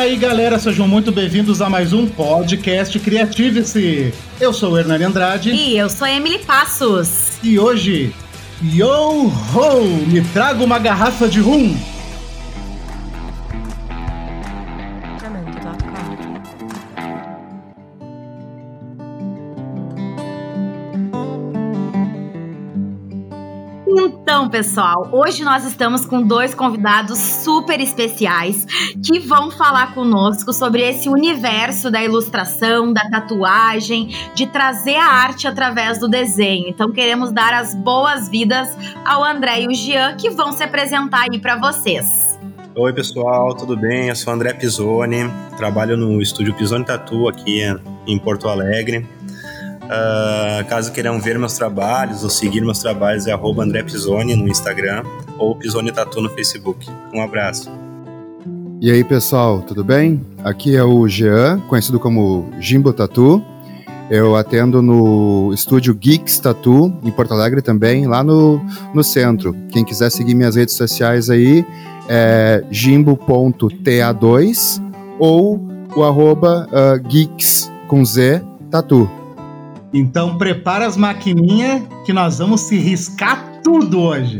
aí, galera, sejam muito bem-vindos a mais um podcast Criative-se. Eu sou o Hernani Andrade. E eu sou a Emily Passos. E hoje, yo-ho, me traga uma garrafa de rum. Então, pessoal, hoje nós estamos com dois convidados super especiais que vão falar conosco sobre esse universo da ilustração, da tatuagem, de trazer a arte através do desenho. Então, queremos dar as boas-vindas ao André e o Jean, que vão se apresentar aí para vocês. Oi, pessoal, tudo bem? Eu sou o André Pisoni, trabalho no estúdio Pisoni Tattoo aqui em Porto Alegre. Caso queiram ver meus trabalhos ou seguir meus trabalhos, é @André Pisoni no Instagram ou Pisoni Tattoo no Facebook. Um abraço. E aí, pessoal, tudo bem? Aqui é o Jean, conhecido como Jimbo Tattoo. Eu atendo no estúdio Geeks Tattoo, em Porto Alegre também, lá no centro. Quem quiser seguir minhas redes sociais aí é jimbo.ta2 ou o @geeks com Z Tattoo. Então prepara as maquininhas que nós vamos se riscar tudo hoje.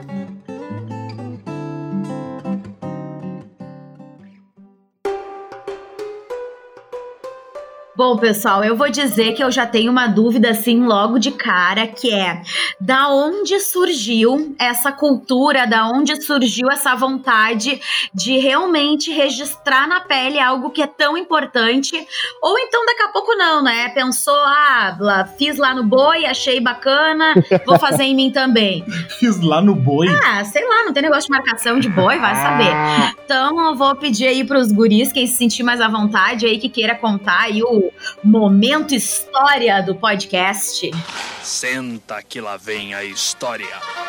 Bom, pessoal, eu vou dizer que eu já tenho uma dúvida assim logo de cara, que é: da onde surgiu essa cultura, da onde surgiu essa vontade de realmente registrar na pele algo que é tão importante? Ou então daqui a pouco não, né? Pensou, fiz lá no boi, achei bacana, vou fazer em mim também. Fiz lá no boi? Sei lá, não tem negócio de marcação de boi, vai saber. Então eu vou pedir aí pros guris, quem se sentir mais à vontade aí, que queira contar aí o momento história do podcast. Senta que lá vem a história.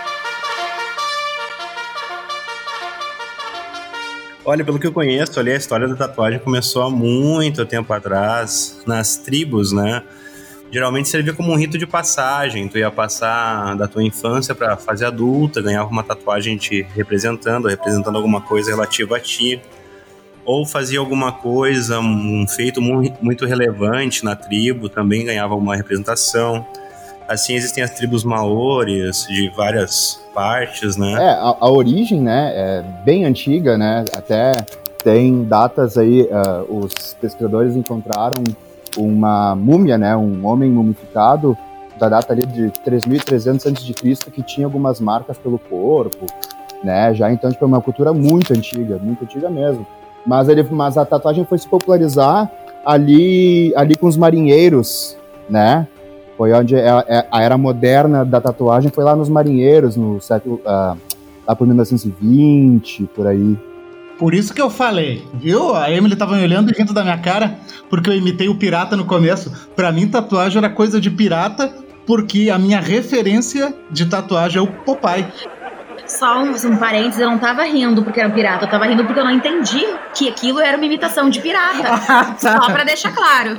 Olha, pelo que eu conheço, ali a história da tatuagem começou há muito tempo atrás, nas tribos, né? Geralmente servia como um rito de passagem. Tu ia passar da tua infância pra fase adulta, ganhava uma tatuagem te representando alguma coisa relativa a ti. Ou fazia alguma coisa, um feito muito relevante na tribo, também ganhava uma representação. Assim, existem as tribos maores de várias partes, né? A origem, né, é bem antiga, né? Até tem datas aí, os pesquisadores encontraram uma múmia, né, um homem mumificado da data ali de 3.300 a.C., que tinha algumas marcas pelo corpo, né? Já então, tipo, é uma cultura muito antiga mesmo. Mas a tatuagem foi se popularizar ali com os marinheiros, né? Foi onde a era moderna da tatuagem foi lá nos marinheiros, no século, lá por 1920, por aí. Por isso que eu falei, viu? A Emily tava me olhando e rindo da minha cara, porque eu imitei o pirata no começo. Pra mim, tatuagem era coisa de pirata, porque a minha referência de tatuagem é o Popeye. Só um parênteses, eu não tava rindo porque era um pirata, eu tava rindo porque eu não entendi que aquilo era uma imitação de pirata. Só pra deixar claro.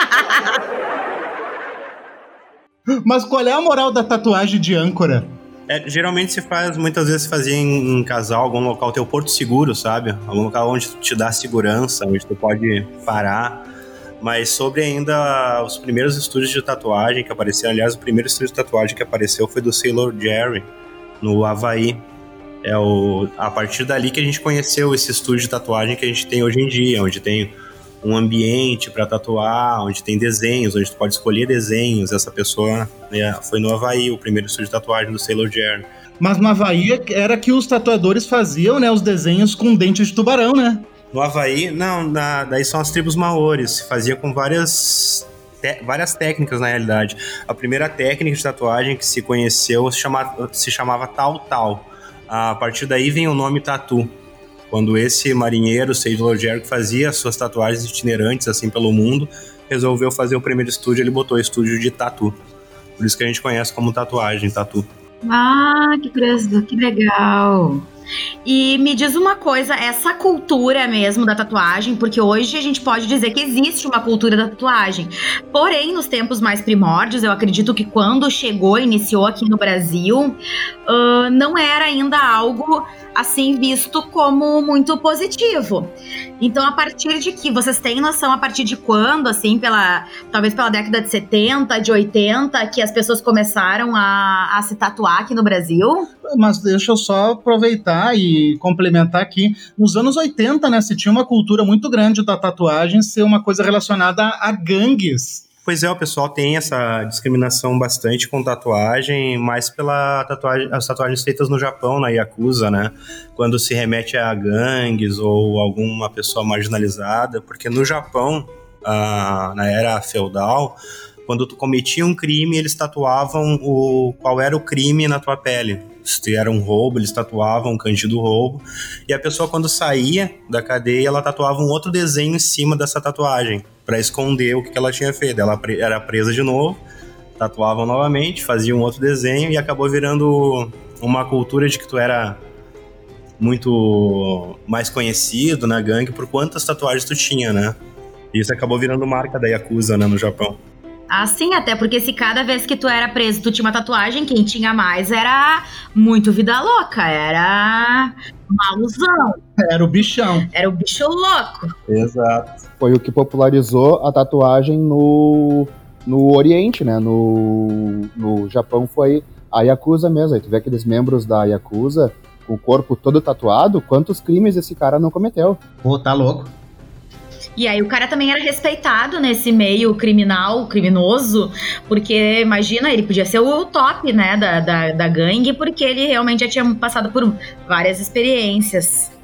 Mas qual é a moral da tatuagem de âncora? Geralmente muitas vezes se fazia em casal, algum local, teu porto seguro, sabe? Algum local onde te dá segurança, onde tu pode parar. Mas sobre ainda os primeiros estúdios de tatuagem que apareceram, aliás, o primeiro estúdio de tatuagem que apareceu foi do Sailor Jerry, no Havaí. A partir dali que a gente conheceu esse estúdio de tatuagem que a gente tem hoje em dia, onde tem um ambiente para tatuar, onde tem desenhos, onde tu pode escolher desenhos. Essa pessoa, né, foi no Havaí, o primeiro estúdio de tatuagem do Sailor Jerry. Mas no Havaí era que os tatuadores faziam, né, os desenhos com dente de tubarão, né? No Havaí, não, daí são as tribos maores, se fazia com várias técnicas, na realidade. A primeira técnica de tatuagem que se conheceu se chamava Tal. A partir daí vem o nome Tatu. Quando esse marinheiro, Sailor Jerry, que fazia as suas tatuagens itinerantes assim pelo mundo, resolveu fazer o primeiro estúdio, ele botou o estúdio de Tatu. Por isso que a gente conhece como tatuagem, Tatu. Que curioso, que legal. E me diz uma coisa, essa cultura mesmo da tatuagem, porque hoje a gente pode dizer que existe uma cultura da tatuagem, porém nos tempos mais primórdios, eu acredito que quando iniciou aqui no Brasil, não era ainda algo assim, visto como muito positivo. Então, a partir de que, vocês têm noção a partir de quando, assim, talvez pela década de 70, de 80, que as pessoas começaram a se tatuar aqui no Brasil? Mas deixa eu só aproveitar e complementar aqui. Nos anos 80, né, se tinha uma cultura muito grande da tatuagem ser uma coisa relacionada a gangues. Pois é, o pessoal tem essa discriminação bastante com tatuagem, mais as tatuagens feitas no Japão, na Yakuza, né? Quando se remete a gangues ou alguma pessoa marginalizada, porque no Japão, na era feudal, quando tu cometia um crime, eles tatuavam qual era o crime na tua pele. Se era um roubo, eles tatuavam o kanji do roubo. E a pessoa, quando saía da cadeia, ela tatuava um outro desenho em cima dessa tatuagem, para esconder o que ela tinha feito. Ela era presa de novo, tatuavam novamente, faziam um outro desenho e acabou virando uma cultura de que tu era muito mais conhecido na gangue por quantas tatuagens tu tinha, né? E isso acabou virando marca da Yakuza, né, no Japão. Assim, até porque se cada vez que tu era preso tu tinha uma tatuagem, quem tinha mais era muito vida louca, era maluzão. Era o bichão. Era o bicho louco. Exato. Foi o que popularizou a tatuagem no Oriente, né? No Japão foi a Yakuza mesmo. Aí tu vê aqueles membros da Yakuza, o corpo todo tatuado, quantos crimes esse cara não cometeu? Pô, tá louco. E aí o cara também era respeitado nesse meio criminoso, porque imagina, ele podia ser o top, né, da gangue, porque ele realmente já tinha passado por várias experiências.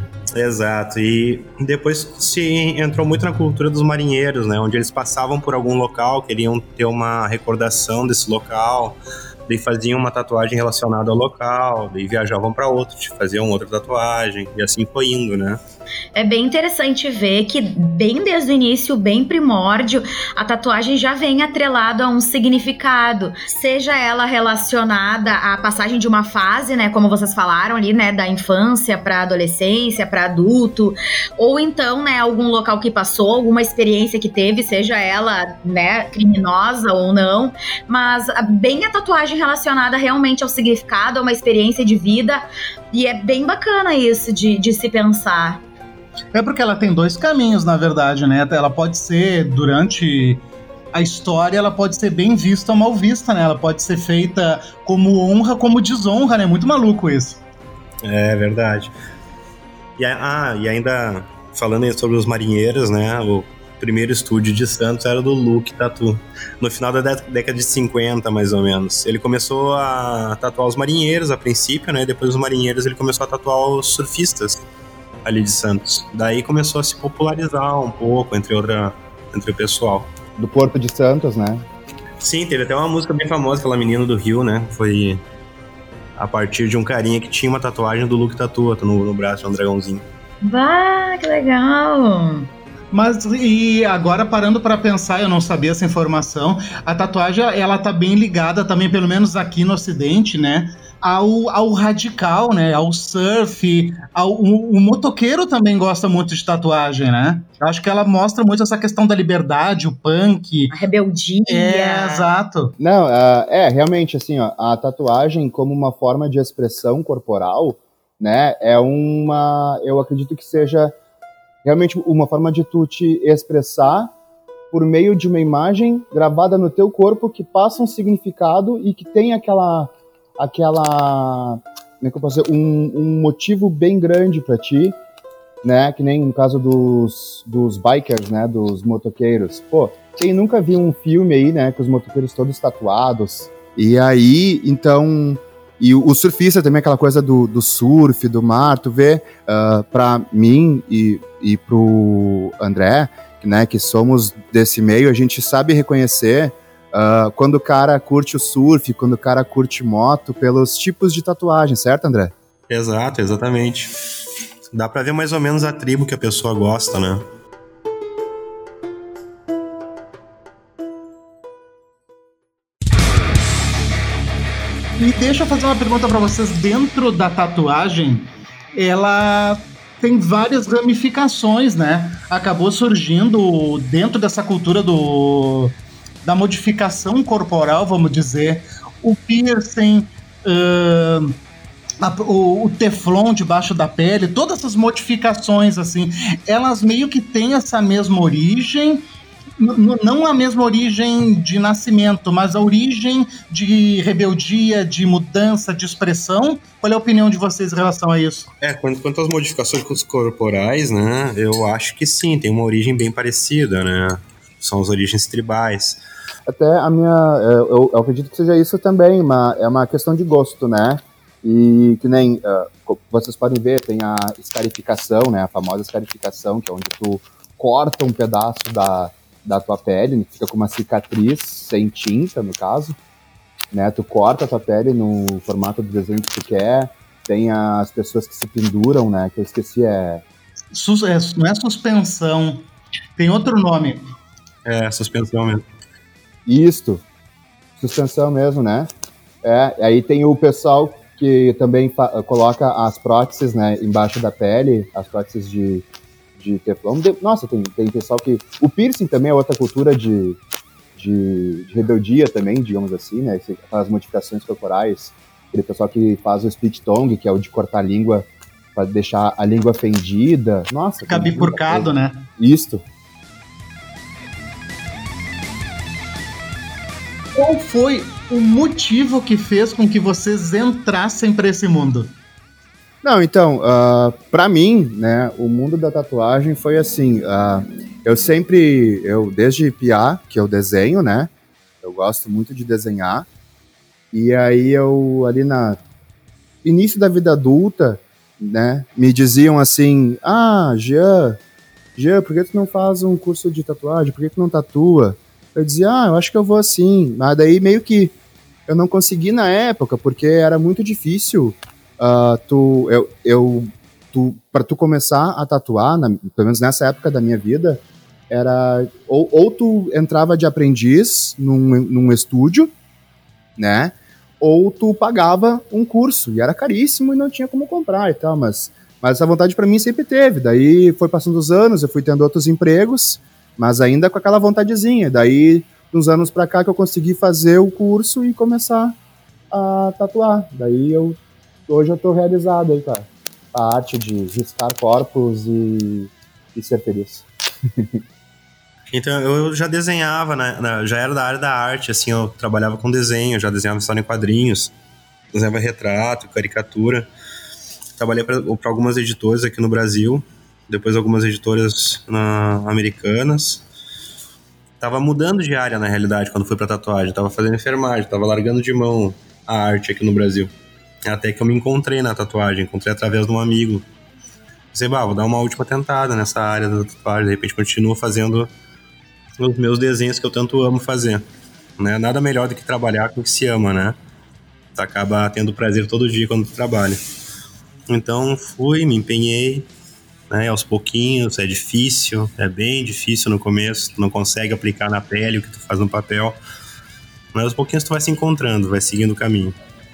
Exato, e depois se entrou muito na cultura dos marinheiros, né, onde eles passavam por algum local, queriam ter uma recordação desse local, daí faziam uma tatuagem relacionada ao local, daí viajavam para outro, faziam outra tatuagem, e assim foi indo, né. É bem interessante ver que bem desde o início, bem primórdio, a tatuagem já vem atrelada a um significado, seja ela relacionada à passagem de uma fase, né, como vocês falaram ali, né, da infância para adolescência, para adulto, ou então, né, algum local que passou, alguma experiência que teve, seja ela, né, criminosa ou não, mas bem a tatuagem relacionada realmente ao significado, a uma experiência de vida, e é bem bacana isso de se pensar. É porque ela tem dois caminhos, na verdade, né? Ela pode ser, durante a história, ela pode ser bem vista ou mal vista, né? Ela pode ser feita como honra, como desonra, né? Muito maluco isso. É verdade. E ainda falando sobre os marinheiros, né? O primeiro estúdio de Santos era do Luke Tattoo. No final da década de 50, mais ou menos. Ele começou a tatuar os marinheiros, a princípio, né? Depois dos marinheiros ele começou a tatuar os surfistas ali de Santos. Daí começou a se popularizar um pouco entre o pessoal. Do Porto de Santos, né? Sim, teve até uma música bem famosa, aquela Menina do Rio, né? Foi a partir de um carinha que tinha uma tatuagem do Luke Tattoo no braço, um dragãozinho. Bah, que legal! Mas, e agora parando para pensar, eu não sabia essa informação, a tatuagem, ela tá bem ligada também, pelo menos aqui no Ocidente, né? Ao radical, né? Ao surf, o motoqueiro também gosta muito de tatuagem, né? Eu acho que ela mostra muito essa questão da liberdade, o punk. A rebeldia. É, exato. Não, realmente, assim, ó, a tatuagem como uma forma de expressão corporal, né? Eu acredito que seja realmente uma forma de tu te expressar por meio de uma imagem gravada no teu corpo que passa um significado e que tem aquela como é que eu posso dizer, um motivo bem grande para ti, né, que nem no caso dos bikers, né, dos motoqueiros. Pô, quem nunca viu um filme aí, né, com os motoqueiros todos tatuados, e aí, então, e o surfista também, aquela coisa do surf, do mar, tu vê, pra mim e pro André, né, que somos desse meio, a gente sabe reconhecer quando o cara curte o surf, quando o cara curte moto, pelos tipos de tatuagem, certo, André? Exato, exatamente. Dá pra ver mais ou menos a tribo que a pessoa gosta, né? E deixa eu fazer uma pergunta pra vocês. Dentro da tatuagem, ela tem várias ramificações, né? Acabou surgindo dentro dessa cultura da modificação corporal, vamos dizer, o piercing, o teflon debaixo da pele, todas essas modificações, assim, elas meio que têm essa mesma origem, não a mesma origem de nascimento, mas a origem de rebeldia, de mudança, de expressão. Qual é a opinião de vocês em relação a isso? Quanto às modificações corporais, né, eu acho que sim, tem uma origem bem parecida, né, são as origens tribais. Até eu acredito que seja isso também, é uma questão de gosto, né, e que nem, vocês podem ver, tem a escarificação, né, a famosa escarificação, que é onde tu corta um pedaço da tua pele, fica com uma cicatriz sem tinta, no caso, né? Tu corta a tua pele no formato do desenho que tu quer. Tem as pessoas que se penduram, né? Que eu esqueci, não é suspensão, tem outro nome. Suspensão mesmo. Isto, suspensão mesmo, né? Aí tem o pessoal que também coloca as próteses, né? Embaixo da pele, as próteses de teflon. Nossa, tem pessoal que... O piercing também é outra cultura de rebeldia também, digamos assim, né? As modificações corporais. Aquele pessoal que faz o split tongue, que é o de cortar a língua para deixar a língua fendida. Nossa. Fica bifurcado, né? Isto. Qual foi o motivo que fez com que vocês entrassem para esse mundo? Não, então, pra mim, né, o mundo da tatuagem foi assim, eu desde piá, que eu desenho, né, eu gosto muito de desenhar, e aí ali início da vida adulta, né, me diziam assim, Jean, por que tu não faz um curso de tatuagem, por que tu não tatua? Eu dizia, eu acho que eu vou assim, mas daí meio que eu não consegui na época, porque era muito difícil. Para tu começar a tatuar, pelo menos nessa época da minha vida, era ou tu entrava de aprendiz num estúdio, né? Ou tu pagava um curso, e era caríssimo e não tinha como comprar e tal, mas essa vontade para mim sempre teve. Daí foi passando os anos, eu fui tendo outros empregos, mas ainda com aquela vontadezinha. Daí, uns anos para cá que eu consegui fazer o curso e começar a tatuar. Daí hoje eu tô realizado aí, cara. A arte de riscar corpos e ser feliz. Então, eu já desenhava, já era da área da arte, assim, eu trabalhava com desenho, já desenhava história em quadrinhos, desenhava retrato, caricatura. Trabalhei para algumas editoras aqui no Brasil, depois algumas editoras americanas. Tava mudando de área, na realidade, quando fui pra tatuagem. Tava fazendo enfermagem, tava largando de mão a arte aqui no Brasil. Até que eu me encontrei na tatuagem, encontrei através de um amigo. Pensei, vou dar uma última tentada nessa área da tatuagem, de repente continuo fazendo os meus desenhos que eu tanto amo fazer. Né? Nada melhor do que trabalhar com o que se ama, né? Tu acaba tendo prazer todo dia quando tu trabalha. Então fui, me empenhei, né? Aos pouquinhos, é difícil, é bem difícil no começo, tu não consegue aplicar na pele o que tu faz no papel, mas aos pouquinhos tu vai se encontrando, vai seguindo o caminho.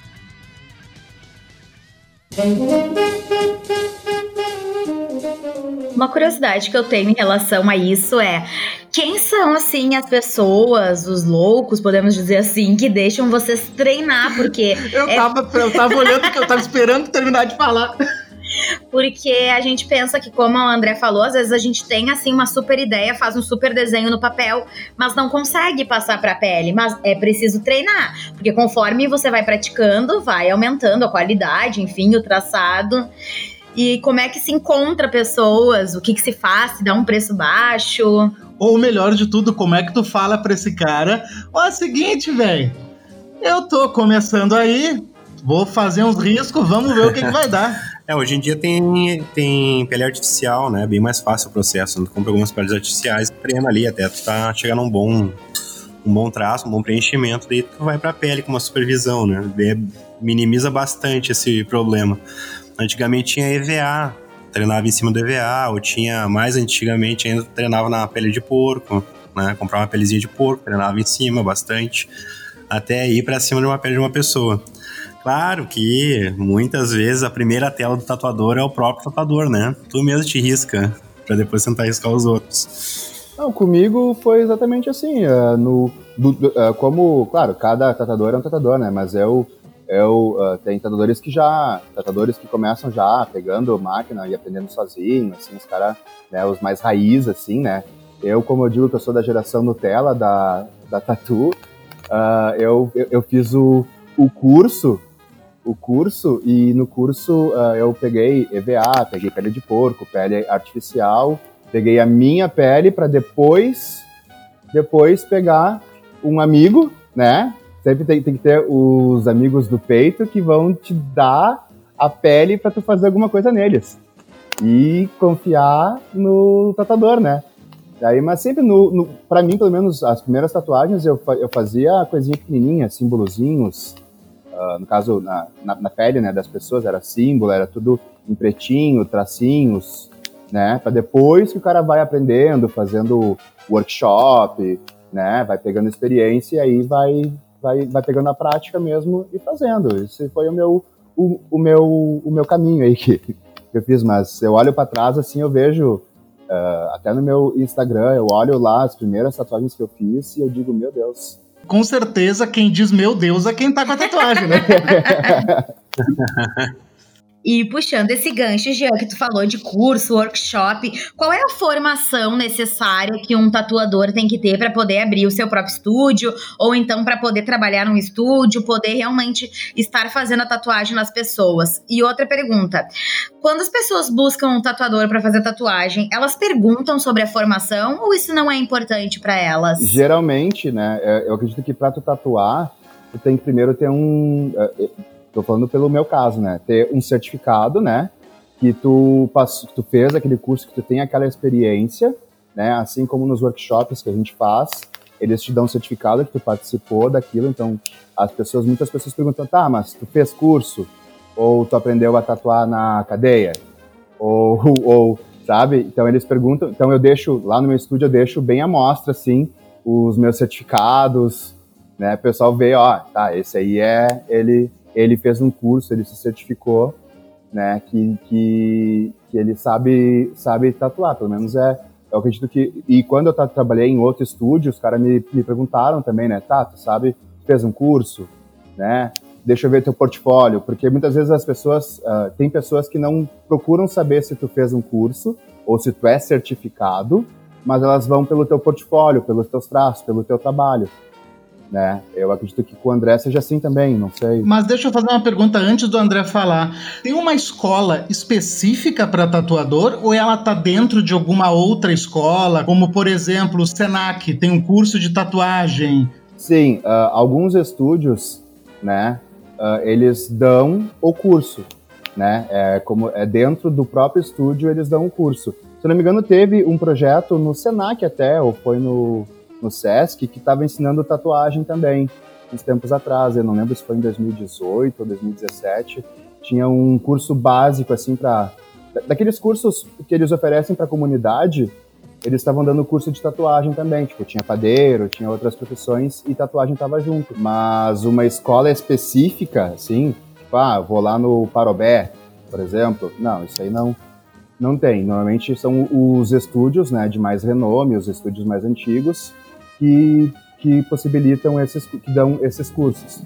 Uma curiosidade que eu tenho em relação a isso é: quem são, assim, as pessoas, os loucos, podemos dizer assim, que deixam vocês treinar? Porque eu tava olhando, que eu tava esperando terminar de falar. Porque a gente pensa que, como a André falou, às vezes a gente tem, assim, uma super ideia, faz um super desenho no papel, mas não consegue passar pra pele. Mas é preciso treinar, porque conforme você vai praticando, vai aumentando a qualidade, enfim, o traçado. E como é que se encontra pessoas, o que se faz, se dá um preço baixo? Ou melhor de tudo, como é que tu fala pra esse cara, é o seguinte, velho, eu tô começando aí, vou fazer uns riscos, vamos ver o que vai dar. Hoje em dia tem pele artificial, né? Bem mais fácil o processo. Tu compra algumas peles artificiais, treina ali até tu chegar num bom traço, um bom preenchimento, daí tu vai pra pele com uma supervisão, né? Minimiza bastante esse problema. Antigamente tinha EVA, treinava em cima do EVA, ou tinha, mais antigamente ainda, treinava na pele de porco, né? Comprava uma pelezinha de porco, treinava em cima bastante, até ir pra cima de uma pele de uma pessoa. Claro que, muitas vezes, a primeira tela do tatuador é o próprio tatuador, né? Tu mesmo te risca, pra depois tentar riscar os outros. Não, comigo foi exatamente assim, como, claro, cada tatuador é um tatuador, né? Mas eu Tem tatuadores que começam já pegando máquina e aprendendo sozinho, assim, os caras, né, os mais raiz, assim, né. Como eu digo que eu sou da geração Nutella da tatu, eu fiz o curso, e no curso eu peguei EVA, peguei pele de porco, pele artificial, peguei a minha pele para depois pegar um amigo, né? Sempre tem que ter os amigos do peito que vão te dar a pele para tu fazer alguma coisa neles. E confiar no tatuador, né? Daí, mas sempre, pra mim, pelo menos, as primeiras tatuagens eu fazia coisinha pequenininha, símbolozinhos. No caso, na pele, né, das pessoas, era símbolo, era tudo em pretinho, tracinhos, né? Pra depois que o cara vai aprendendo, fazendo workshop, né? Vai pegando experiência e aí vai pegando a prática mesmo e fazendo. Esse foi o meu caminho aí que eu fiz, mas eu olho para trás assim, eu vejo até no meu Instagram, eu olho lá as primeiras tatuagens que eu fiz e eu digo, meu Deus. Com certeza, quem diz meu Deus é quem tá com a tatuagem, né? E puxando esse gancho, Jean, que tu falou de curso, workshop, qual é a formação necessária que um tatuador tem que ter para poder abrir o seu próprio estúdio, ou então para poder trabalhar num estúdio, poder realmente estar fazendo a tatuagem nas pessoas? E outra pergunta, quando as pessoas buscam um tatuador para fazer tatuagem, elas perguntam sobre a formação ou isso não é importante para elas? Geralmente, né, eu acredito que para tu tatuar, tu tem que primeiro ter tô falando pelo meu caso, né? Ter um certificado, né? Que tu fez aquele curso, que tu tem aquela experiência, né? Assim como nos workshops que a gente faz, eles te dão um certificado que tu participou daquilo. Então, muitas pessoas perguntam, tá, mas tu fez curso? Ou tu aprendeu a tatuar na cadeia? Ou sabe? Então, eles perguntam. Então, lá no meu estúdio, eu deixo bem à mostra, assim, os meus certificados, né? O pessoal vê, ó, tá, esse aí ele fez um curso, ele se certificou, né, que ele sabe tatuar, pelo menos eu acredito que... E quando eu trabalhei em outro estúdio, os caras me perguntaram também, né, tá, tu fez um curso, né, deixa eu ver teu portfólio, porque muitas vezes tem pessoas que não procuram saber se tu fez um curso, ou se tu é certificado, mas elas vão pelo teu portfólio, pelos teus traços, pelo teu trabalho. Né? Eu acredito que com o André seja assim também, não sei. Mas deixa eu fazer uma pergunta antes do André falar. Tem uma escola específica para tatuador ou ela tá dentro de alguma outra escola? Como, por exemplo, o Senac tem um curso de tatuagem. Sim, alguns estúdios, né, eles dão o curso, né? Dentro do próprio estúdio eles dão o curso. Se não me engano, teve um projeto no Senac até, ou foi no Sesc, que estava ensinando tatuagem também, uns tempos atrás, eu não lembro se foi em 2018 ou 2017, tinha um curso básico, assim, daqueles cursos que eles oferecem para a comunidade, eles estavam dando curso de tatuagem também, tipo, tinha padeiro, tinha outras profissões e tatuagem estava junto, mas uma escola específica, assim, tipo, vou lá no Parobé, por exemplo, não, isso aí não tem, normalmente são os estúdios, né, de mais renome, os estúdios mais antigos, que possibilitam que dão esses cursos.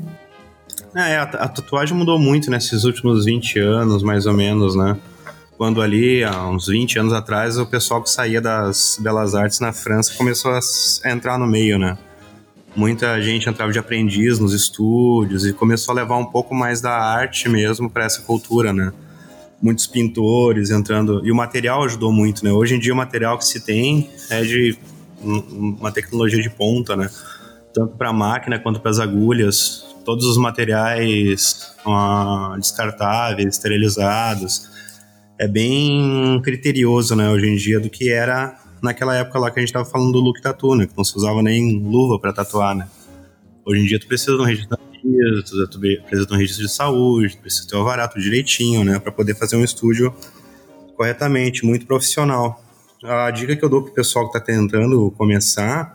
A tatuagem mudou muito nesses últimos 20 anos, mais ou menos, né? Quando ali, há uns 20 anos atrás, o pessoal que saía das Belas Artes na França começou a entrar no meio, né? Muita gente entrava de aprendiz nos estúdios e começou a levar um pouco mais da arte mesmo para essa cultura, né? Muitos pintores entrando, e o material ajudou muito, né? Hoje em dia o material que se tem é de uma tecnologia de ponta, né? Tanto para a máquina quanto para as agulhas, todos os materiais descartáveis, esterilizados. É bem criterioso, né, hoje em dia, do que era naquela época lá que a gente estava falando do look tattoo, né? Que não se usava nem luva para tatuar, né? Hoje em dia tu precisa de um registro tu precisa de um registro de saúde, tu precisa ter um alvará tudo direitinho, né? Para poder fazer um estúdio corretamente, muito profissional. A dica que eu dou pro pessoal que tá tentando começar,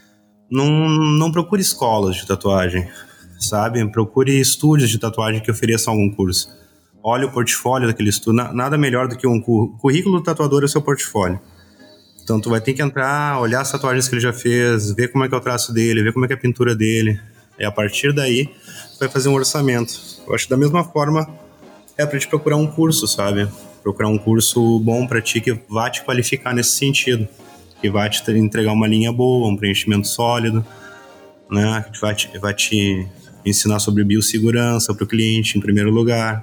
não procure escolas de tatuagem, sabe? Procure estúdios de tatuagem que ofereçam algum curso. Olhe o portfólio daquele estúdio. Nada melhor do que um currículo do tatuador é o seu portfólio. Então tu vai ter que entrar, olhar as tatuagens que ele já fez, ver como é que é o traço dele, ver como é que é a pintura dele, E a partir daí, tu vai fazer um orçamento. Eu acho que da mesma forma é pra te procurar um curso, sabe? Procurar um curso bom pra ti que vá te qualificar nesse sentido. Que vai te entregar uma linha boa, um preenchimento sólido, né? Que vai te ensinar sobre biossegurança para o cliente em primeiro lugar,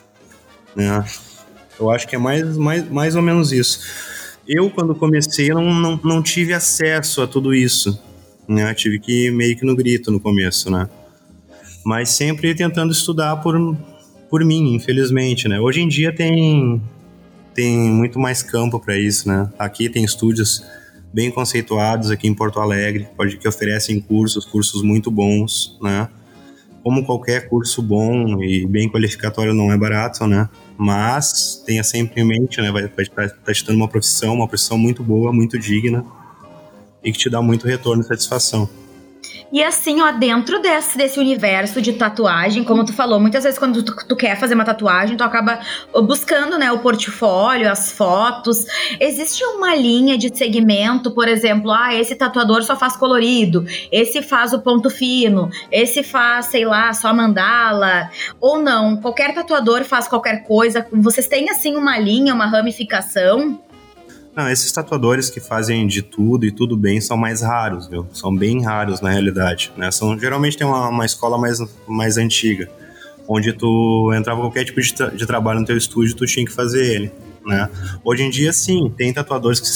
né? Eu acho que é mais ou menos isso. Eu, quando comecei, não tive acesso a tudo isso, né? Tive que ir meio que no grito no começo, né? Mas sempre tentando estudar por mim, infelizmente, né? Hoje em dia tem muito mais campo para isso, né? Aqui tem estúdios bem conceituados aqui em Porto Alegre, que oferecem cursos muito bons, né? Como qualquer curso bom e bem qualificatório não é barato, né? Mas tenha sempre em mente, né? Vai estar te dando uma profissão muito boa, muito digna e que te dá muito retorno e satisfação. E assim, ó, dentro desse universo de tatuagem, como tu falou, muitas vezes quando tu quer fazer uma tatuagem, tu acaba buscando, né, o portfólio, as fotos. Existe uma linha de segmento, por exemplo, esse tatuador só faz colorido, esse faz o ponto fino, esse faz, sei lá, só mandala, ou não, qualquer tatuador faz qualquer coisa. Vocês têm, assim, uma linha, uma ramificação? Não, esses tatuadores que fazem de tudo e tudo bem são mais raros, viu? São bem raros na realidade, né? Geralmente tem uma escola mais antiga, onde tu entrava qualquer tipo de trabalho no teu estúdio, tu tinha que fazer ele, né? Hoje em dia, sim, tem tatuadores que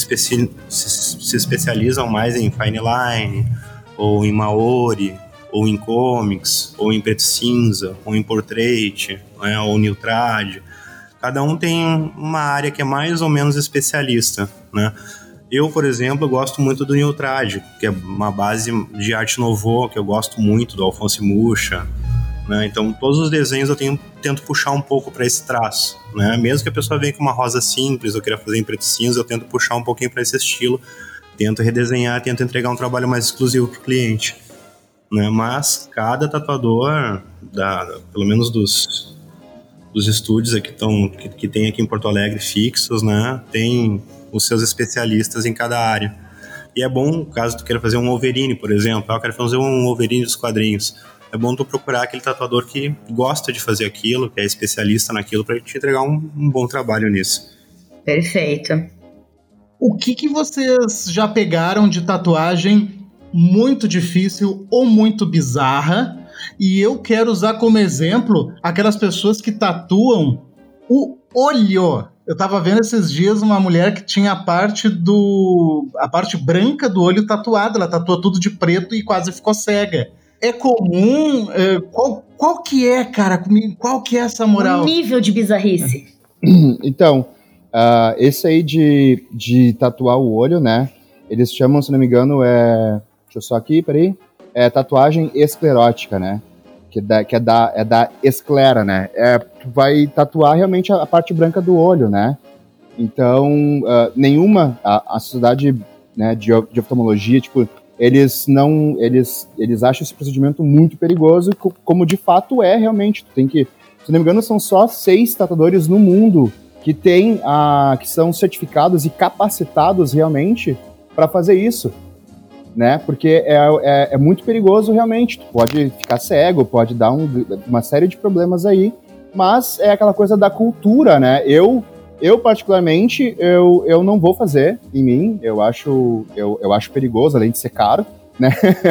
se especializam mais em fine line, ou em maori, ou em comics, ou em preto cinza, ou em portrait, né? Ou niltrad. Cada um tem uma área que é mais ou menos especialista, né? Eu, por exemplo, gosto muito do niltrad, que é uma base de arte nouveau, que eu gosto muito, do Alphonse Mucha, né? Então, todos os desenhos eu tento puxar um pouco para esse traço, né? Mesmo que a pessoa venha com uma rosa simples, eu queira fazer em preto cinza, eu tento puxar um pouquinho para esse estilo, tento redesenhar, tento entregar um trabalho mais exclusivo para o cliente, né? Mas cada tatuador, pelo menos dos estúdios aqui que tem aqui em Porto Alegre fixos, né? Tem os seus especialistas em cada área. E é bom, caso tu queira fazer um Wolverine, por exemplo, eu quero fazer um Wolverine dos quadrinhos. É bom tu procurar aquele tatuador que gosta de fazer aquilo, que é especialista naquilo, para te entregar um bom trabalho nisso. Perfeito. O que vocês já pegaram de tatuagem muito difícil ou muito bizarra? E eu quero usar como exemplo aquelas pessoas que tatuam o olho. Eu tava vendo esses dias uma mulher que tinha a parte branca do olho tatuada. Ela tatuou tudo de preto e quase ficou cega. É comum? Qual que é, cara? Qual que é essa moral? O nível de bizarrice. Então, esse aí de tatuar o olho, né? Eles chamam, se não me engano, deixa eu só aqui, peraí. É tatuagem esclerótica, né? Que é da esclera, né? Tu vai tatuar realmente a parte branca do olho, né? Então, a sociedade, né, de oftalmologia, tipo, eles acham esse procedimento muito perigoso, como de fato é realmente. Tu tem que, se não me engano, são só 6 tatuadores no mundo que são certificados e capacitados realmente para fazer isso. Né? Porque é muito perigoso realmente, tu pode ficar cego, pode dar uma série de problemas aí, mas é aquela coisa da cultura, né? Eu particularmente, eu não vou fazer em mim, eu acho perigoso, além de ser caro, né?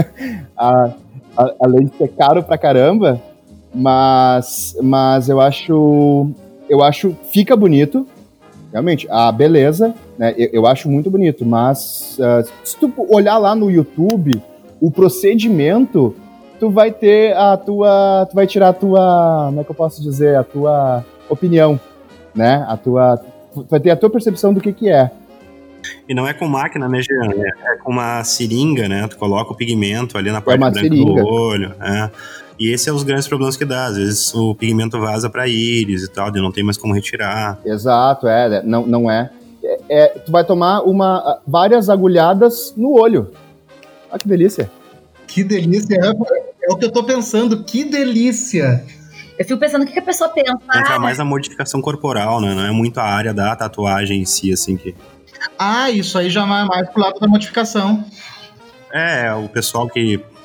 Além de ser caro pra caramba, mas eu acho fica bonito, realmente, a beleza, né, eu acho muito bonito, mas se tu olhar lá no YouTube, o procedimento, tu vai tirar a tua, como é que eu posso dizer, a tua opinião, né, vai ter a tua percepção do que é. E não é com máquina, né, Jean? É com uma seringa, né, tu coloca o pigmento ali na parte branca seringa do olho, E esse é os grandes problemas que dá. Às vezes o pigmento vaza pra íris e tal, e não tem mais como retirar. Exato, não é. Tu vai tomar várias agulhadas no olho. Olha que delícia. Que delícia, é o que eu tô pensando, que delícia. Eu fico pensando o que a pessoa pensa. Entra mais na modificação corporal, né? Não é muito a área da tatuagem em si, assim, que... Isso aí já vai mais pro lado da modificação. O pessoal que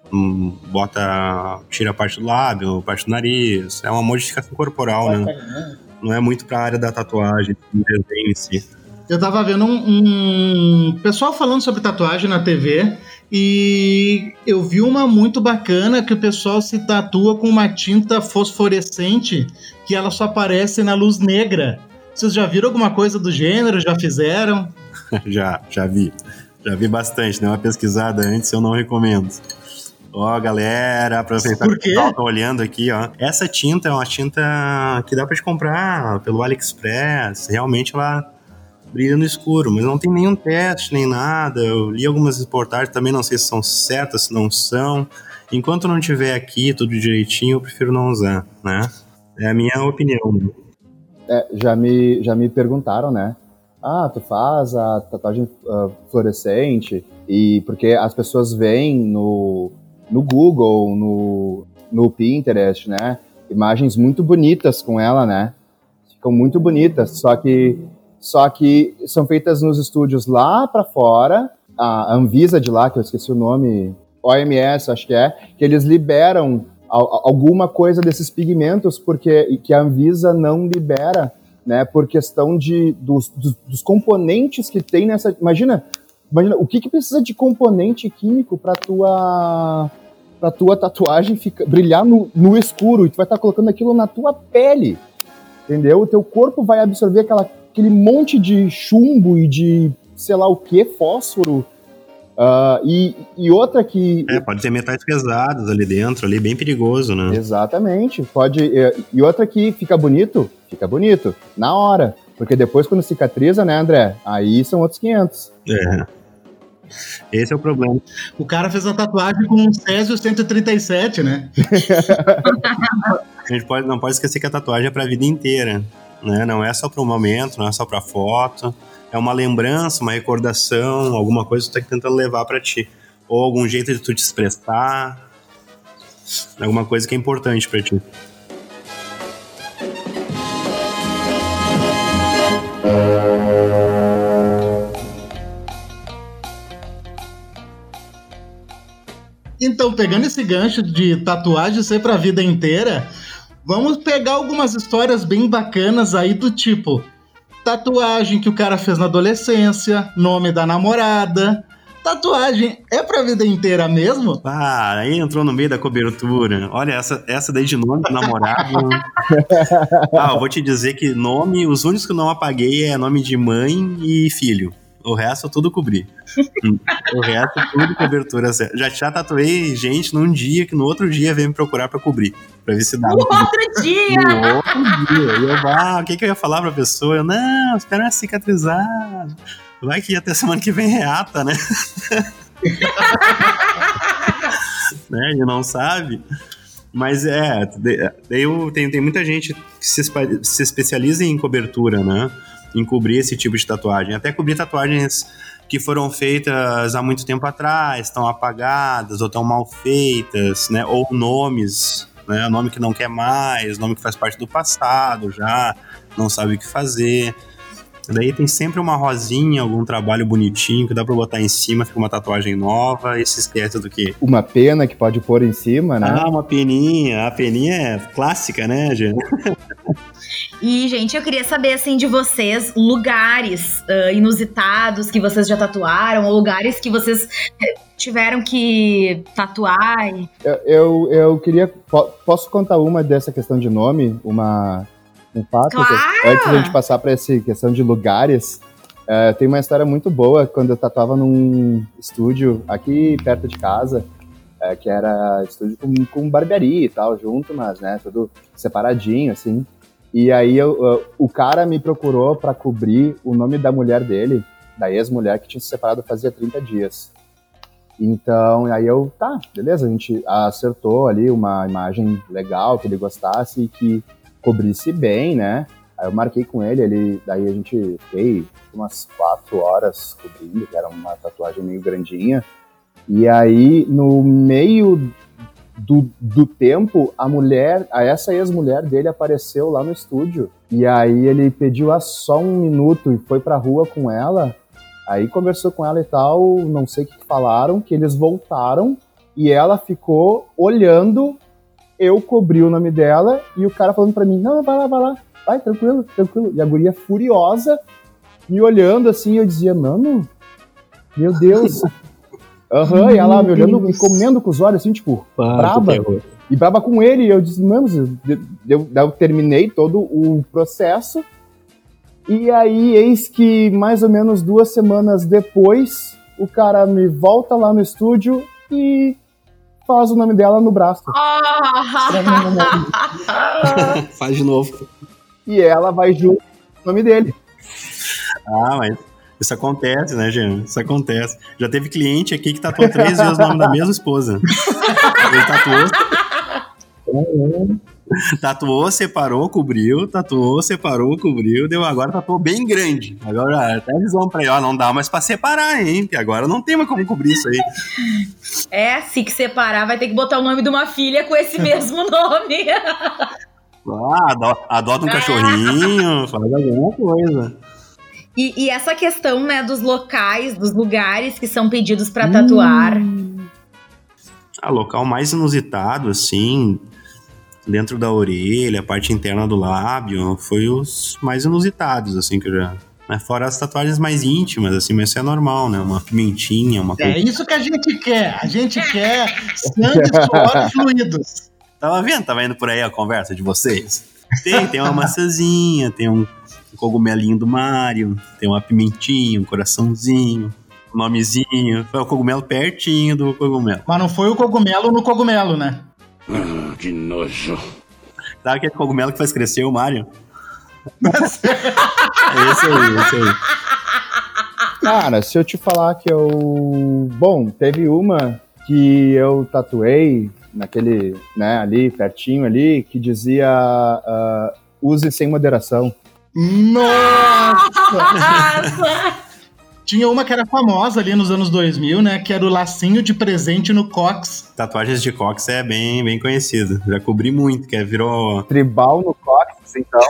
tira a parte do lábio, parte do nariz. É uma modificação corporal, né? Não é muito pra área da tatuagem, do desenho em si. Eu tava vendo um pessoal falando sobre tatuagem na TV e eu vi uma muito bacana que o pessoal se tatua com uma tinta fosforescente que ela só aparece na luz negra. Vocês já viram alguma coisa do gênero? Já fizeram? Já vi. Já vi bastante, dei uma pesquisada antes, eu não recomendo. Ó, galera, aproveitar que eu tô olhando aqui, ó. Essa tinta é uma tinta que dá pra te comprar pelo AliExpress. Realmente ela brilha no escuro, mas não tem nenhum teste, nem nada. Eu li algumas reportagens, também não sei se são certas, se não são. Enquanto não tiver aqui tudo direitinho, eu prefiro não usar, né? É a minha opinião. Já me perguntaram, né? Ah, tu faz a tatuagem fluorescente? E porque as pessoas veem no Google, no Pinterest, né? Imagens muito bonitas com ela, né? Ficam muito bonitas, só que são feitas nos estúdios lá pra fora, a Anvisa de lá, que eu esqueci o nome, OMS, acho que eles liberam alguma coisa desses pigmentos que a Anvisa não libera, né? Por questão dos componentes que tem nessa... Imagina o que precisa de componente químico pra tua tatuagem brilhar no escuro, e tu vai estar colocando aquilo na tua pele, entendeu? O teu corpo vai absorver aquele monte de chumbo e de, sei lá o que, fósforo, e outra que... Pode ter metais pesados ali dentro, ali bem perigoso, né? Exatamente, e outra que fica bonito, na hora, porque depois quando cicatriza, né, André, aí são outros 500. Esse é o problema. O cara fez a tatuagem com um Césio 137, né? A gente não pode esquecer que a tatuagem é pra vida inteira, né? Não é só para um momento, não é só pra foto. É uma lembrança, uma recordação, alguma coisa que tu tá tentando levar pra ti. Ou algum jeito de tu te expressar. Alguma coisa que é importante pra ti. Então, pegando esse gancho de tatuagem ser pra vida inteira, vamos pegar algumas histórias bem bacanas aí do tipo tatuagem que o cara fez na adolescência, nome da namorada. Tatuagem é pra vida inteira mesmo? Aí entrou no meio da cobertura. Olha, essa daí de nome do namorado. Eu vou te dizer que os únicos que eu não apaguei é nome de mãe e filho. O resto eu tudo cobri. O resto tudo cobertura. Já tatuei gente num dia que no outro dia veio me procurar pra cobrir. Pra ver se dava. No outro dia! E eu, o que eu ia falar pra pessoa? Eu, não, espera cicatrizar. Vai que até semana que vem reata, né? Né? Ele não sabe. Mas tem muita gente que se especializa em cobertura, né? Em cobrir esse tipo de tatuagem. Até cobrir tatuagens que foram feitas há muito tempo atrás, estão apagadas ou estão mal feitas, né? Ou nomes, né? Nome que não quer mais, nome que faz parte do passado já, não sabe o que fazer. Daí tem sempre uma rosinha, algum trabalho bonitinho que dá pra botar em cima, fica uma tatuagem nova e se esquece do quê? Uma pena que pode pôr em cima, né? Uma peninha. A peninha é clássica, né, gente? E, gente, eu queria saber, assim, de vocês, lugares inusitados que vocês já tatuaram, ou lugares que vocês tiveram que tatuar. Eu queria... Posso contar uma dessa questão de nome? Um fato? Claro! Antes da gente passar para essa questão de lugares, tem uma história muito boa quando eu tatuava num estúdio aqui perto de casa, que era estúdio com barbearia e tal, junto, mas, né, tudo separadinho, assim. E aí o cara me procurou para cobrir o nome da mulher dele, da ex-mulher que tinha se separado fazia 30 dias. Então, aí beleza, a gente acertou ali uma imagem legal, que ele gostasse e que cobrisse bem, né? Aí eu marquei com ele, daí a gente fiquei umas 4 horas cobrindo, que era uma tatuagem meio grandinha. E aí, no meio do tempo, essa ex-mulher dele apareceu lá no estúdio. E aí ele pediu só 1 minuto e foi pra rua com ela. Aí conversou com ela e tal, não sei o que falaram, que eles voltaram e ela ficou olhando, eu cobri o nome dela, e o cara falando pra mim, não, vai lá, vai, tranquilo. E a guria furiosa, me olhando assim, eu dizia, mano, meu Deus. E ela me olhando, me comendo com os olhos, assim, tipo, braba. E braba com ele, e eu disse, mano, eu terminei todo o processo, e aí, eis que mais ou menos 2 semanas depois, o cara me volta lá no estúdio e faz o nome dela no braço. Faz de novo. E ela vai junto com o nome dele. Mas isso acontece, né, Jean? Isso acontece. Já teve cliente aqui que tatuou 3 vezes o nome da mesma esposa. Ele tatuou, separou, cobriu, deu, agora tatuou bem grande. Agora até avisou pra ele, não dá mais pra separar, hein? Porque agora não tem mais como cobrir isso aí. Se que separar, vai ter que botar o nome de uma filha com esse mesmo nome. Adota um cachorrinho, faz alguma coisa. E essa questão, né, dos locais, dos lugares que são pedidos pra tatuar. Local mais inusitado, assim, dentro da orelha, a parte interna do lábio, foi os mais inusitados, assim, que eu já... Né? Fora as tatuagens mais íntimas, assim, mas isso é normal, né? Uma pimentinha, uma coisa... É isso que a gente quer. A gente quer sangue, suor e fluidos. Tava indo por aí a conversa de vocês? Tem uma maçãzinha, tem um cogumelinho do Mario, tem uma pimentinha, um coraçãozinho, um nomezinho. Foi o cogumelo pertinho do cogumelo. Mas não foi o cogumelo no cogumelo, né? Que nojo. Sabe aquele cogumelo que faz crescer o Mario? É esse aí. Cara, se eu te falar que eu... Bom, teve uma que eu tatuei naquele, né, ali, pertinho ali, que dizia use sem moderação. Nossa! Tinha uma que era famosa ali nos anos 2000, né? Que era o lacinho de presente no cox. Tatuagens de cox é bem conhecido. Já cobri muito, que virou... Tribal no cox, então.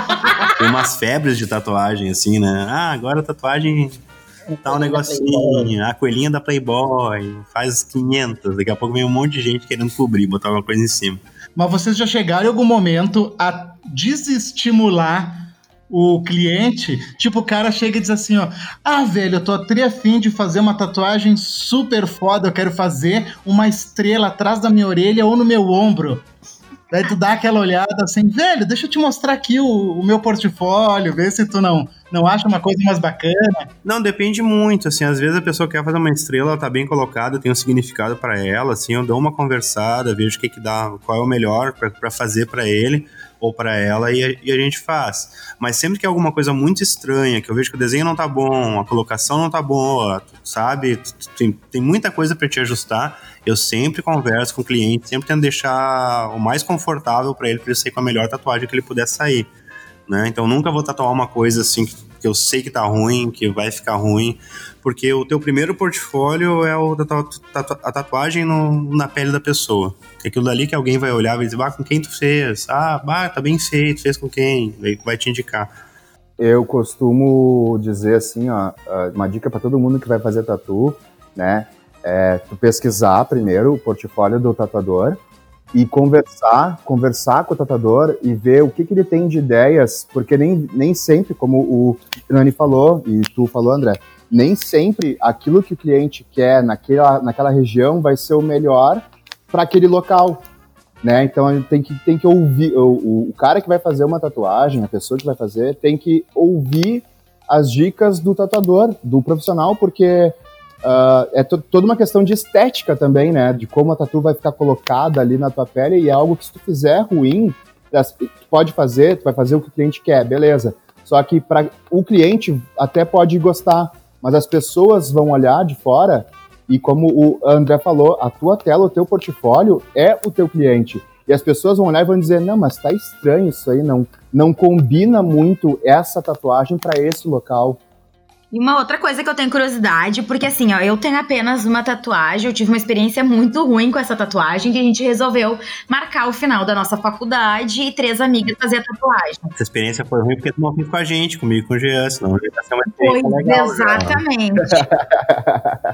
Tem umas febres de tatuagem, assim, né? Agora a tatuagem tá um negocinho. A coelhinha da Playboy, faz 500. Daqui a pouco vem um monte de gente querendo cobrir, botar uma coisa em cima. Mas vocês já chegaram em algum momento a desestimular o cliente? Tipo, o cara chega e diz assim, velho, eu tô afim de fazer uma tatuagem super foda, eu quero fazer uma estrela atrás da minha orelha ou no meu ombro. Daí tu dá aquela olhada assim, velho, deixa eu te mostrar aqui o meu portfólio, ver se tu não acha uma coisa mais bacana. Não, depende muito, assim, às vezes a pessoa quer fazer uma estrela, ela tá bem colocada, tem um significado pra ela, assim, eu dou uma conversada, vejo o que dá, qual é o melhor pra fazer pra ele ou pra ela e a gente faz. Mas sempre que é alguma coisa muito estranha, que eu vejo que o desenho não tá bom, a colocação não tá boa, sabe, tem muita coisa pra te ajustar, eu sempre converso com o cliente, sempre tento deixar o mais confortável pra ele sair com a melhor tatuagem que ele puder sair, né? Então nunca vou tatuar uma coisa assim que eu sei que tá ruim, que vai ficar ruim, porque o teu primeiro portfólio é a tatuagem na pele da pessoa. Aquilo dali que alguém vai olhar e vai dizer, com quem tu fez? Tá bem feito, fez com quem? Vai te indicar. Eu costumo dizer assim, uma dica para todo mundo que vai fazer tatu, né? É tu pesquisar primeiro o portfólio do tatuador e conversar com o tatuador e ver o que ele tem de ideias, porque nem sempre, como o Nani falou, e tu falou, André, nem sempre aquilo que o cliente quer naquela região vai ser o melhor para aquele local, né? Então tem que ouvir, o cara que vai fazer uma tatuagem, a pessoa que vai fazer, tem que ouvir as dicas do tatuador, do profissional, porque é toda uma questão de estética também, né? De como a tatu vai ficar colocada ali na tua pele, e é algo que se tu fizer ruim, tu vai fazer o que o cliente quer, beleza. Só que o cliente até pode gostar, mas as pessoas vão olhar de fora e, como o André falou, a tua tela, o teu portfólio é o teu cliente. E as pessoas vão olhar e vão dizer, não, mas tá estranho isso aí, não combina muito essa tatuagem para esse local. E uma outra coisa que eu tenho curiosidade, porque assim, eu tenho apenas uma tatuagem, eu tive uma experiência muito ruim com essa tatuagem, que a gente resolveu marcar o final da nossa faculdade e 3 amigas fazer a tatuagem. Essa experiência foi ruim porque tu não fez com a gente, comigo e com o Jean, senão já ia ser uma experiência legal. Exatamente.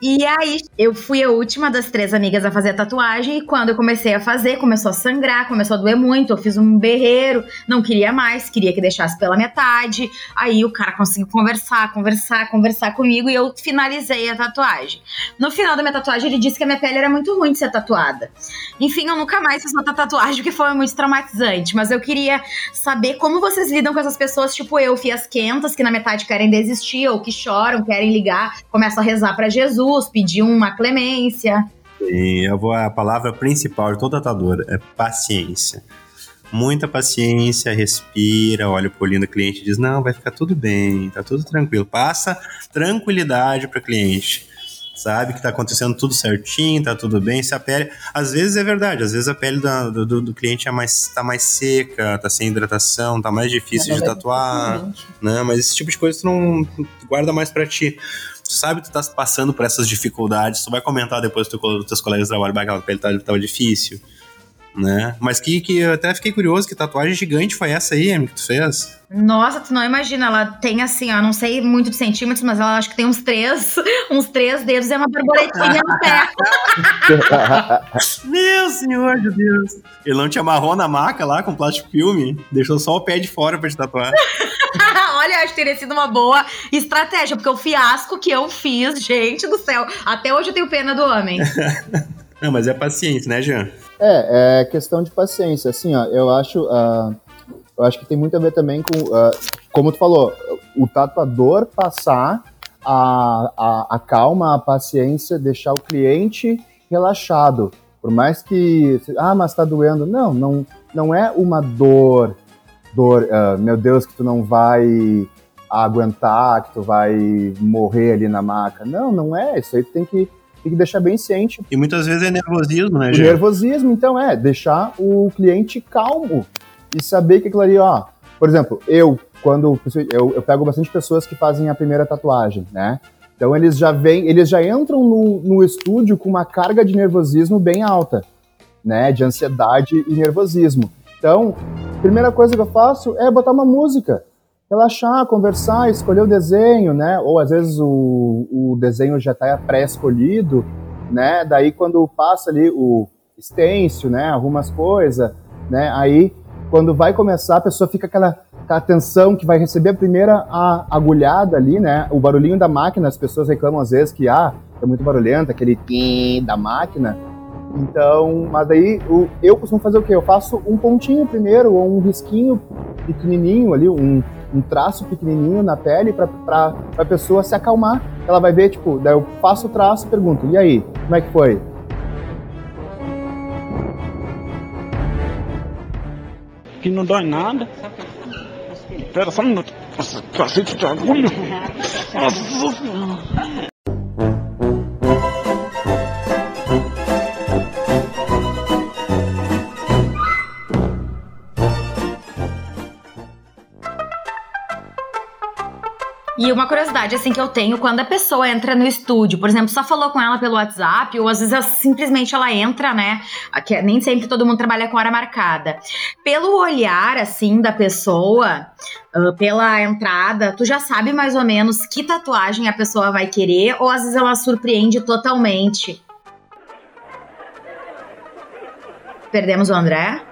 E aí, eu fui a última das 3 amigas a fazer a tatuagem, e quando eu comecei a fazer, começou a sangrar, começou a doer muito, eu fiz um berreiro, não queria mais, queria que deixasse pela metade. Aí o cara conseguiu conversar comigo, e eu finalizei a tatuagem. No final da minha tatuagem, ele disse que a minha pele era muito ruim de ser tatuada. Enfim, eu nunca mais fiz outra tatuagem, porque foi muito traumatizante. Mas eu queria saber como vocês lidam com essas pessoas, tipo eu, fiasquentas, que na metade querem desistir, ou que choram, querem ligar, começam a rezar pra Jesus, pedir uma clemência. E a palavra principal de todo tatuador é paciência. Muita paciência, respira, olha pro olhinho do cliente e diz, não, vai ficar tudo bem, tá tudo tranquilo. Passa tranquilidade pro cliente. Sabe que tá acontecendo tudo certinho, tá tudo bem. Se a pele... Às vezes é verdade, às vezes a pele do cliente tá mais seca, tá sem hidratação, tá mais difícil de tatuar, né? Mas esse tipo de coisa tu não guarda mais pra ti. Tu sabe que tu tá passando por essas dificuldades, tu vai comentar depois dos teus colegas de trabalho, que aquela pele tava difícil, né? Mas que eu até fiquei curioso, que tatuagem gigante foi essa aí, Amy, que tu fez? Nossa, tu não imagina, ela tem assim, ó, não sei muito de centímetros, mas ela acho que tem uns 3 dedos e uma borboletinha no pé. Meu senhor de Deus! Ele não te amarrou na maca lá com plástico filme? Deixou só o pé de fora pra te tatuar? Olha, acho que teria sido uma boa estratégia, porque o fiasco que eu fiz, gente do céu, até hoje eu tenho pena do homem. Não, mas é paciência, né, Jean? É questão de paciência. Assim, ó, eu acho que tem muito a ver também com, como tu falou, o tatuador passar a calma, a paciência, deixar o cliente relaxado. Por mais que, mas tá doendo. Não é uma dor, meu Deus, que tu não vai aguentar, que tu vai morrer ali na maca. Não é. Isso aí tu tem que deixar bem ciente. E muitas vezes é nervosismo, né, Jean? Nervosismo, então, deixar o cliente calmo e saber que aquilo ali, ó... Por exemplo, eu pego bastante pessoas que fazem a primeira tatuagem, né? Então eles já entram no estúdio com uma carga de nervosismo bem alta, né? De ansiedade e nervosismo. Então, a primeira coisa que eu faço é botar uma música, relaxar, conversar, escolher o desenho, né? Ou às vezes o desenho já está pré-escolhido, né? Daí quando passa ali o stencil, né? Arruma as coisas, né? Aí quando vai começar, a pessoa fica aquela atenção que vai receber a primeira agulhada ali, né? O barulhinho da máquina, as pessoas reclamam às vezes que é muito barulhento, aquele tim da máquina. Então, mas daí eu costumo fazer o quê? Eu faço um pontinho primeiro, ou um risquinho pequenininho ali, um traço pequenininho na pele para a pessoa se acalmar. Ela vai ver, tipo, daí eu faço o traço e pergunto, e aí, como é que foi? Que não dói nada. Espera só um minuto. Nossa, cacete de agulha. Nossa Senhora. E uma curiosidade, assim, que eu tenho, quando a pessoa entra no estúdio, por exemplo, só falou com ela pelo WhatsApp, ou às vezes simplesmente ela entra, né, nem sempre todo mundo trabalha com hora marcada. Pelo olhar, assim, da pessoa, pela entrada, tu já sabe mais ou menos que tatuagem a pessoa vai querer, ou às vezes ela surpreende totalmente. Perdemos o André?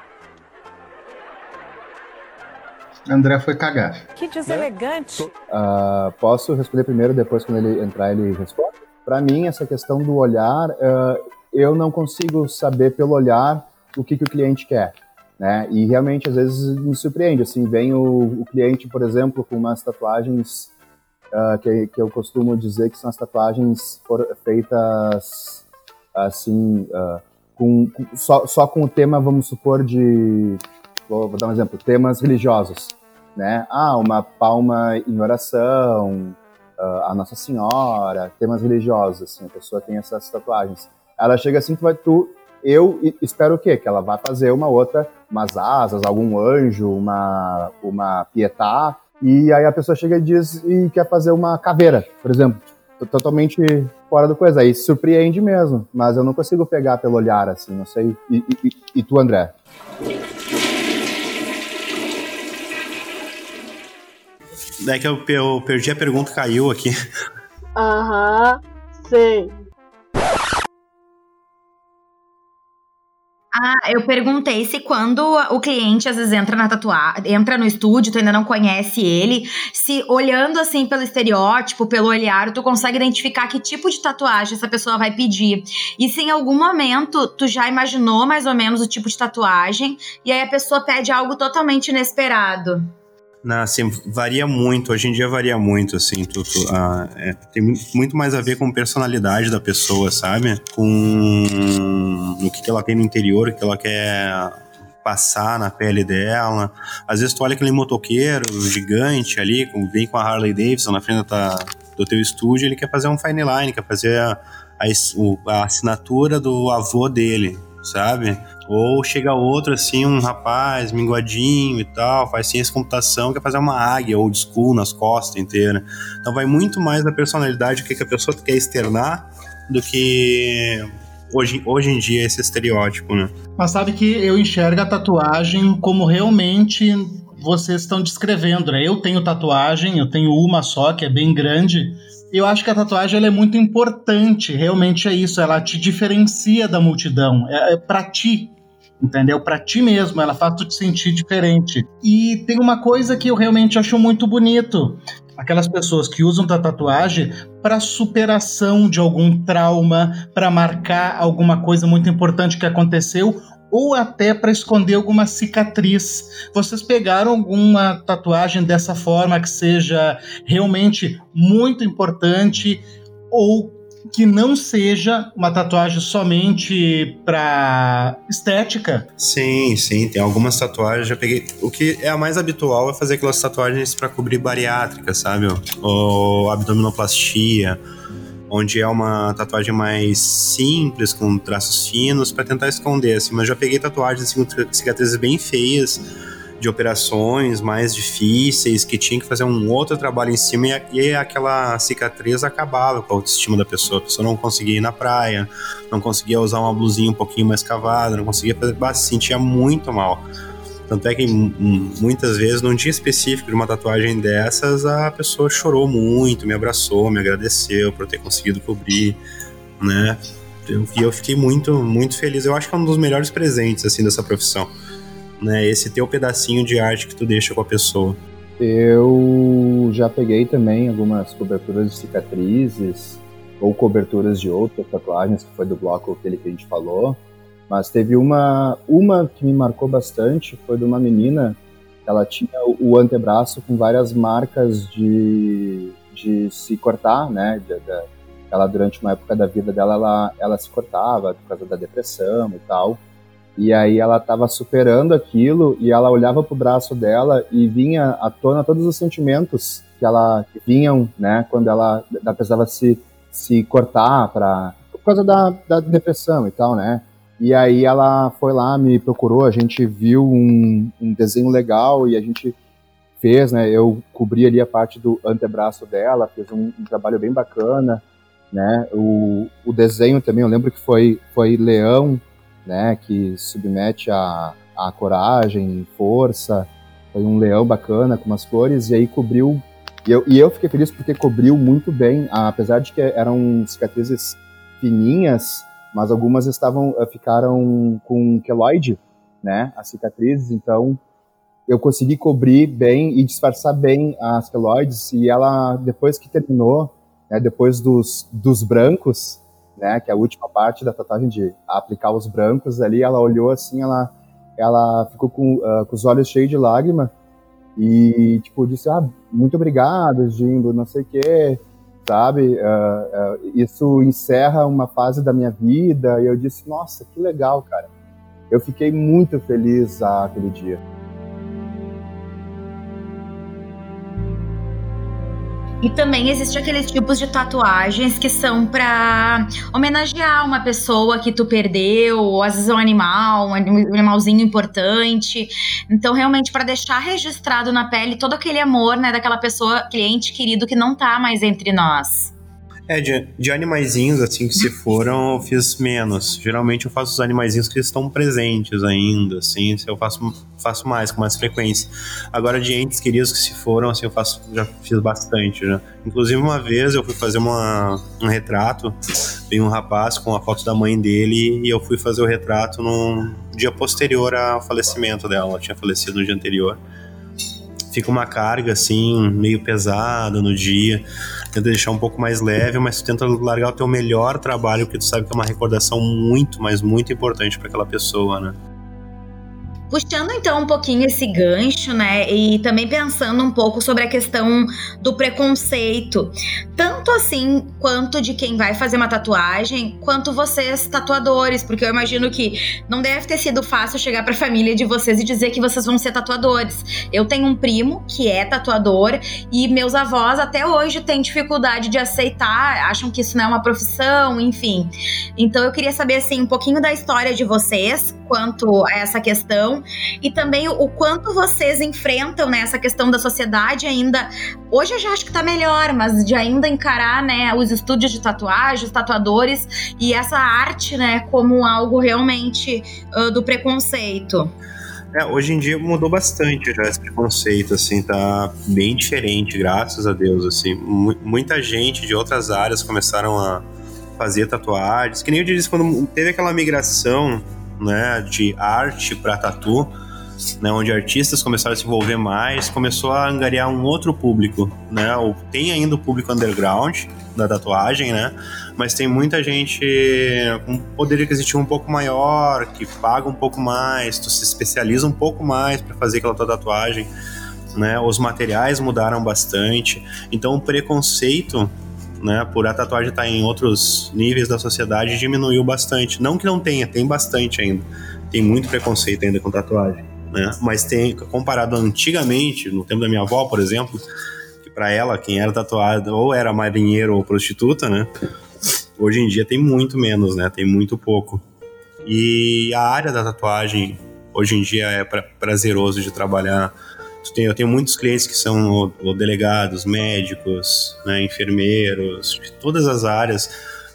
André foi cagar. Que deselegante. Posso responder primeiro, depois quando ele entrar ele responde? Para mim, essa questão do olhar, eu não consigo saber pelo olhar o que o cliente quer, né? E realmente, às vezes, me surpreende. Assim, vem o cliente, por exemplo, com umas tatuagens que eu costumo dizer que são as tatuagens feitas assim, só com o tema, vamos supor, vou dar um exemplo, temas religiosos, né? Uma palma em oração, a Nossa Senhora, temas religiosos, assim, a pessoa tem essas tatuagens. Ela chega assim, eu espero o quê? Que ela vai fazer umas asas, algum anjo, uma pietá, e aí a pessoa chega e diz, e quer fazer uma caveira, por exemplo, totalmente fora do coisa, aí surpreende mesmo, mas eu não consigo pegar pelo olhar, assim, não sei, e tu, André? É que eu perdi a pergunta, caiu aqui. Aham. sei. Eu perguntei se quando o cliente às vezes entra no estúdio, tu ainda não conhece ele, se olhando assim pelo estereótipo, pelo olhar, tu consegue identificar que tipo de tatuagem essa pessoa vai pedir. E se em algum momento tu já imaginou mais ou menos o tipo de tatuagem, e aí a pessoa pede algo totalmente inesperado. Não, assim, varia muito, hoje em dia varia muito, assim, tem muito mais a ver com personalidade da pessoa, sabe? Com o que ela tem no interior, o que ela quer passar na pele dela. Às vezes tu olha aquele motoqueiro gigante ali, vem com a Harley Davidson na frente do teu estúdio, ele quer fazer um fine line, quer fazer a assinatura do avô dele, sabe? Ou chega outro, assim, um rapaz minguadinho e tal, faz ciência de computação, quer fazer uma águia old school nas costas inteiras. Então vai muito mais da personalidade, o que a pessoa quer externar, do que hoje em dia esse estereótipo, né? Mas sabe que eu enxergo a tatuagem como realmente vocês estão descrevendo, né? Eu tenho tatuagem, eu tenho uma só, que é bem grande. Eu acho que a tatuagem ela é muito importante, realmente é isso, ela te diferencia da multidão, é pra ti, entendeu? Pra ti mesmo, ela faz tu te sentir diferente. E tem uma coisa que eu realmente acho muito bonito, aquelas pessoas que usam a tatuagem para superação de algum trauma, para marcar alguma coisa muito importante que aconteceu, ou até para esconder alguma cicatriz. Vocês pegaram alguma tatuagem dessa forma que seja realmente muito importante ou que não seja uma tatuagem somente para estética? Sim, tem algumas tatuagens, já peguei. O que é a mais habitual é fazer aquelas tatuagens para cobrir bariátrica, sabe? Ou abdominoplastia, onde é uma tatuagem mais simples, com traços finos, para tentar esconder, assim. Mas já peguei tatuagens assim, com cicatrizes bem feias, de operações mais difíceis, que tinha que fazer um outro trabalho em cima, e aquela cicatriz acabava com a autoestima da pessoa. A pessoa não conseguia ir na praia, não conseguia usar uma blusinha um pouquinho mais cavada, não conseguia fazer, se sentia muito mal. Tanto é que muitas vezes, num dia específico de uma tatuagem dessas, a pessoa chorou muito, me abraçou, me agradeceu por ter conseguido cobrir, né? E eu fiquei muito, muito feliz. Eu acho que é um dos melhores presentes, assim, dessa profissão, né? Esse teu pedacinho de arte que tu deixa com a pessoa. Eu já peguei também algumas coberturas de cicatrizes ou coberturas de outras tatuagens, que foi do bloco aquele que a gente falou. Mas teve uma que me marcou bastante, foi de uma menina, ela tinha o antebraço com várias marcas de se cortar, né? Ela, durante uma época da vida dela, ela se cortava por causa da depressão e tal. E aí ela estava superando aquilo e ela olhava pro braço dela e vinha à tona todos os sentimentos que vinham, né? Quando ela precisava se cortar por causa da depressão e tal, né? E aí ela foi lá, me procurou, a gente viu um desenho legal e a gente fez, né? Eu cobri ali a parte do antebraço dela, fez um trabalho bem bacana, né? O desenho também, eu lembro que foi leão, né? Que submete a coragem, força. Foi um leão bacana com umas flores e aí cobriu. E eu fiquei feliz porque cobriu muito bem, apesar de que eram cicatrizes fininhas, mas algumas ficaram com queloide, né, as cicatrizes, então eu consegui cobrir bem e disfarçar bem as queloides, e ela, depois que terminou, né, depois dos brancos, né, que é a última parte da tatuagem de aplicar os brancos ali, ela olhou assim, ela ficou com os olhos cheios de lágrima, e tipo, disse, muito obrigado, Jimbo, não sei o quê, sabe, isso encerra uma fase da minha vida, e eu disse, nossa, que legal, cara. Eu fiquei muito feliz aquele dia. E também existem aqueles tipos de tatuagens que são pra homenagear uma pessoa que tu perdeu, ou às vezes um animalzinho importante. Então, realmente, pra deixar registrado na pele todo aquele amor, né, daquela pessoa, cliente querido que não tá mais entre nós. De animaizinhos, assim, que se foram, eu fiz menos. Geralmente eu faço os animaizinhos que estão presentes ainda, assim, eu faço mais, com mais frequência. Agora, de entes queridos que se foram, assim, já fiz bastante, já. Inclusive, uma vez eu fui fazer um retrato, veio um rapaz com a foto da mãe dele, e eu fui fazer o retrato num dia posterior ao falecimento dela. Ela tinha falecido no dia anterior. Fica uma carga, assim, meio pesada no dia. Tenta deixar um pouco mais leve, mas tu tenta largar o teu melhor trabalho, porque tu sabe que é uma recordação muito, mas muito importante para aquela pessoa, né? Puxando então um pouquinho esse gancho, né, e também pensando um pouco sobre a questão do preconceito, tanto assim quanto de quem vai fazer uma tatuagem, quanto vocês tatuadores, porque eu imagino que não deve ter sido fácil chegar pra família de vocês e dizer que vocês vão ser tatuadores. Eu tenho um primo que é tatuador e meus avós até hoje têm dificuldade de aceitar, acham que isso não é uma profissão, enfim. Então eu queria saber assim um pouquinho da história de vocês quanto a essa questão e também o quanto vocês enfrentam, né, essa questão da sociedade ainda. Hoje eu já acho que tá melhor, mas de ainda encarar, né, os estúdios de tatuagem, os tatuadores e essa arte, né, como algo realmente do preconceito. Hoje em dia mudou bastante já esse preconceito, assim, tá bem diferente, graças a Deus, assim. Muita gente de outras áreas começaram a fazer tatuagens, que nem eu disse, quando teve aquela migração, né, de arte para tatu, né, onde artistas começaram a se envolver mais, começou a angariar um outro público, né, tem ainda o público underground da tatuagem, né, mas tem muita gente com poder aquisitivo um pouco maior, que paga um pouco mais, tu se especializa um pouco mais para fazer aquela tua tatuagem, né, os materiais mudaram bastante, então o preconceito, né, por a tatuagem estar em outros níveis da sociedade, diminuiu bastante. Não que não tenha, tem bastante ainda. Tem muito preconceito ainda com tatuagem, né? Mas tem, comparado antigamente, no tempo da minha avó, por exemplo, que pra ela, quem era tatuado ou era marinheiro ou prostituta, né? Hoje em dia tem muito menos, né? Tem muito pouco. E a área da tatuagem, hoje em dia, é prazeroso de trabalhar. Eu tenho muitos clientes que são delegados, médicos, né, enfermeiros, de todas as áreas,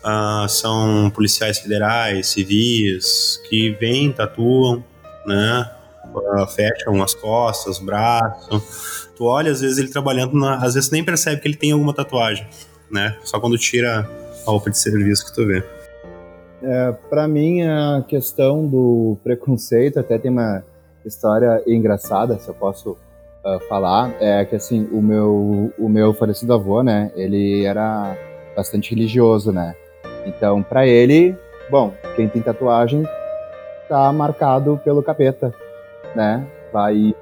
são policiais federais, civis, que vêm, tatuam, né, fecham as costas, braço. Tu olha, às vezes ele trabalhando, às vezes nem percebe que ele tem alguma tatuagem, né, só quando tira a roupa de serviço que tu vê. Para mim, a questão do preconceito, até tem uma história engraçada, se eu posso falar, é que assim, o meu falecido avô, né, ele era bastante religioso, né, então pra ele, bom, quem tem tatuagem tá marcado pelo capeta, né, vai ir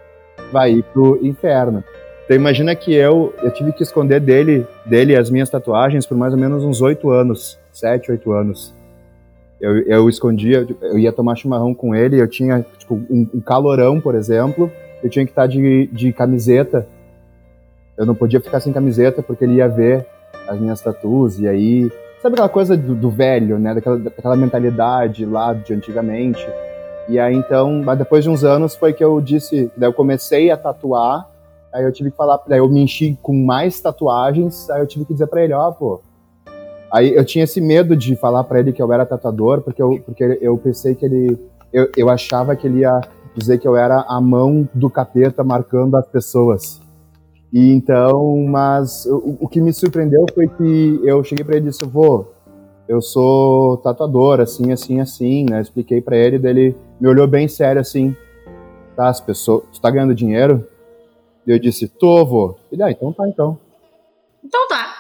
pro inferno. Então imagina que eu tive que esconder dele as minhas tatuagens por mais ou menos uns 8 anos, 7, 8 anos. Eu escondia, eu ia tomar chimarrão com ele, eu tinha tipo um calorão, por exemplo, eu tinha que estar de camiseta, eu não podia ficar sem camiseta porque ele ia ver as minhas tatuas, e aí, sabe aquela coisa do velho, né, daquela mentalidade lá de antigamente, e aí então, depois de uns anos foi que eu disse, daí eu comecei a tatuar, aí eu tive que falar, daí eu me enchi com mais tatuagens, aí eu tive que dizer pra ele, pô, aí eu tinha esse medo de falar pra ele que eu era tatuador, porque eu pensei que eu achava que ele ia dizer que eu era a mão do capeta marcando as pessoas. E então, mas o que me surpreendeu foi que eu cheguei pra ele e disse, eu sou tatuador, assim, assim, assim, né? Expliquei pra ele, daí ele me olhou bem sério assim, tá, as pessoas, tu tá ganhando dinheiro? E eu disse, tô, vô. Ele, então tá, então. Então tá.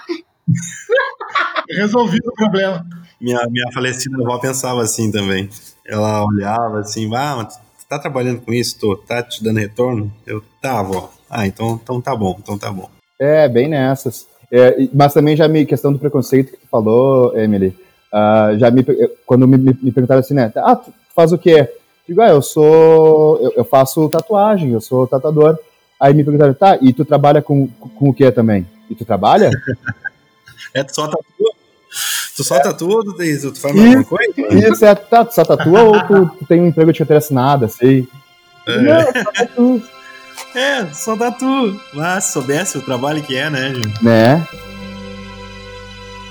Resolvido o problema. Minha falecida avó pensava assim também. Ela olhava assim, mas tu tá trabalhando com isso? Tô, tá te dando retorno? Eu, tá, avó. Então tá bom, então tá bom. Bem nessas. Mas também questão do preconceito que tu falou, Emily, quando me perguntaram assim, né, tu faz o quê? Digo, eu faço tatuagem, eu sou tatuador. Aí me perguntaram, tá, e tu trabalha com o quê também? E tu trabalha? Tu só tatua? Tu só tatua ou tu faz alguma coisa? Isso, tu só tatua ou tu tem um emprego de carteira assinada, assim? Não, só tatua. Só tatu. Mas se soubesse o trabalho que é, né, gente? Né?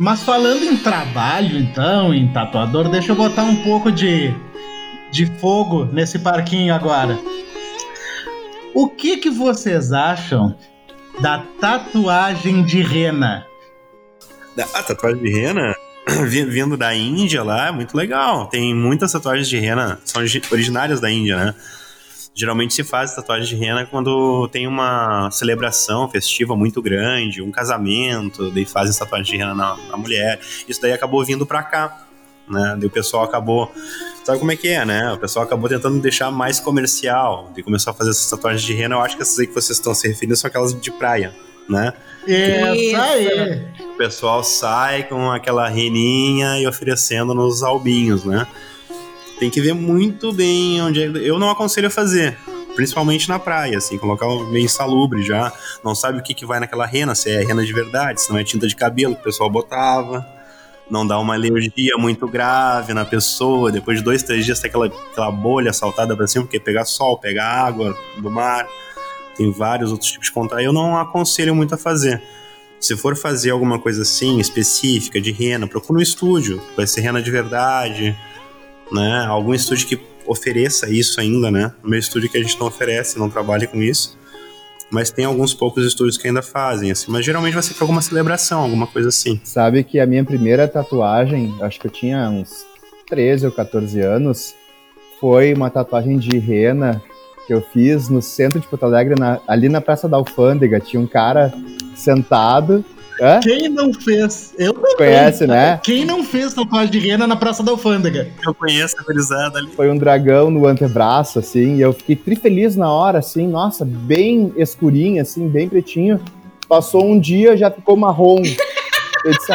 Mas falando em trabalho, então, em tatuador, deixa eu botar um pouco de fogo nesse parquinho agora. O que vocês acham da tatuagem de rena? A tatuagem de rena, vindo da Índia lá, é muito legal. Tem muitas tatuagens de rena, são originárias da Índia, né? Geralmente se faz tatuagem de rena quando tem uma celebração festiva muito grande, um casamento, daí fazem tatuagem de rena na mulher. Isso daí acabou vindo pra cá, né? Daí o pessoal acabou... Sabe como é que é, né? O pessoal acabou tentando deixar mais comercial, e começou a fazer essas tatuagens de rena. Eu acho que essas aí que vocês estão se referindo são aquelas de praia, né? Essa aí! O pessoal sai com aquela reninha e oferecendo nos albinhos, né? Tem que ver muito bem onde é. Eu não aconselho a fazer, principalmente na praia, assim, colocar meio insalubre já. Não sabe o que vai naquela rena, se é rena de verdade, se não é tinta de cabelo que o pessoal botava. Não dá uma alergia muito grave na pessoa. Depois de 2, 3 dias tem aquela bolha saltada pra cima, porque pegar sol, pegar água do mar. Tem vários outros tipos de contato. Eu não aconselho muito a fazer. Se for fazer alguma coisa assim, específica, de rena, procura um estúdio. Vai ser rena de verdade, né? Algum estúdio que ofereça isso ainda, né? No meu estúdio que a gente não oferece, não trabalha com isso. Mas tem alguns poucos estúdios que ainda fazem, assim. Mas geralmente vai ser pra alguma celebração, alguma coisa assim. Sabe que a minha primeira tatuagem, acho que eu tinha uns 13 ou 14 anos, foi uma tatuagem de rena que eu fiz no centro de Porto Alegre, ali na Praça da Alfândega. Tinha um cara sentado... Hã? Quem não fez? Eu também. Conhece, né? Quem não fez tatuagem de rena na Praça da Alfândega? Eu conheço a gurizada ali. Foi um dragão no antebraço, assim, e eu fiquei trifeliz na hora, assim, nossa, bem escurinho, assim, bem pretinho. Passou um dia, já ficou marrom. Eu disse,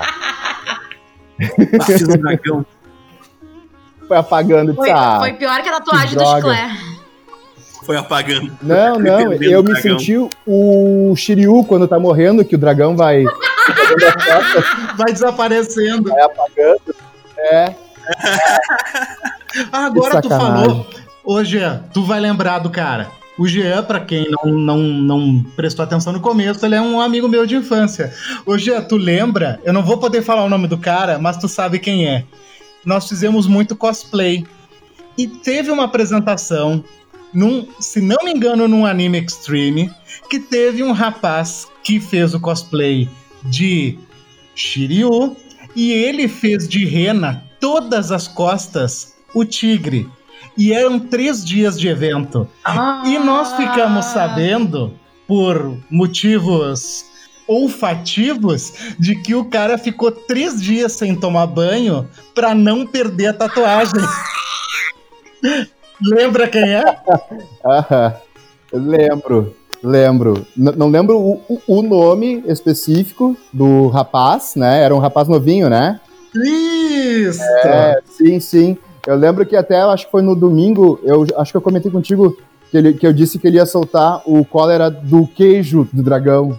Fiz um dragão. Foi apagando, disse, Foi pior que a tatuagem do Chiclé. Foi apagando. Não, eu me senti o Shiryu quando tá morrendo, que o dragão vai... vai desaparecendo. Vai apagando. Agora tu falou... Ô, Jean, tu vai lembrar do cara. O Jean, pra quem não prestou atenção no começo, ele é um amigo meu de infância. Ô, Jean, tu lembra? Eu não vou poder falar o nome do cara, mas tu sabe quem é. Nós fizemos muito cosplay. E teve uma apresentação... se não me engano, num Anime Extreme, que teve um rapaz que fez o cosplay de Shiryu e ele fez de rena todas as costas o tigre. E eram 3 dias de evento. E nós ficamos sabendo, por motivos olfativos, de que o cara ficou 3 dias sem tomar banho pra não perder a tatuagem. Lembra quem é? Lembro. Não lembro o nome específico do rapaz, né? Era um rapaz novinho, né? Isso! Sim. Eu lembro que até, acho que foi no domingo, acho que eu comentei contigo que eu disse que ele ia soltar o cólera do queijo do dragão.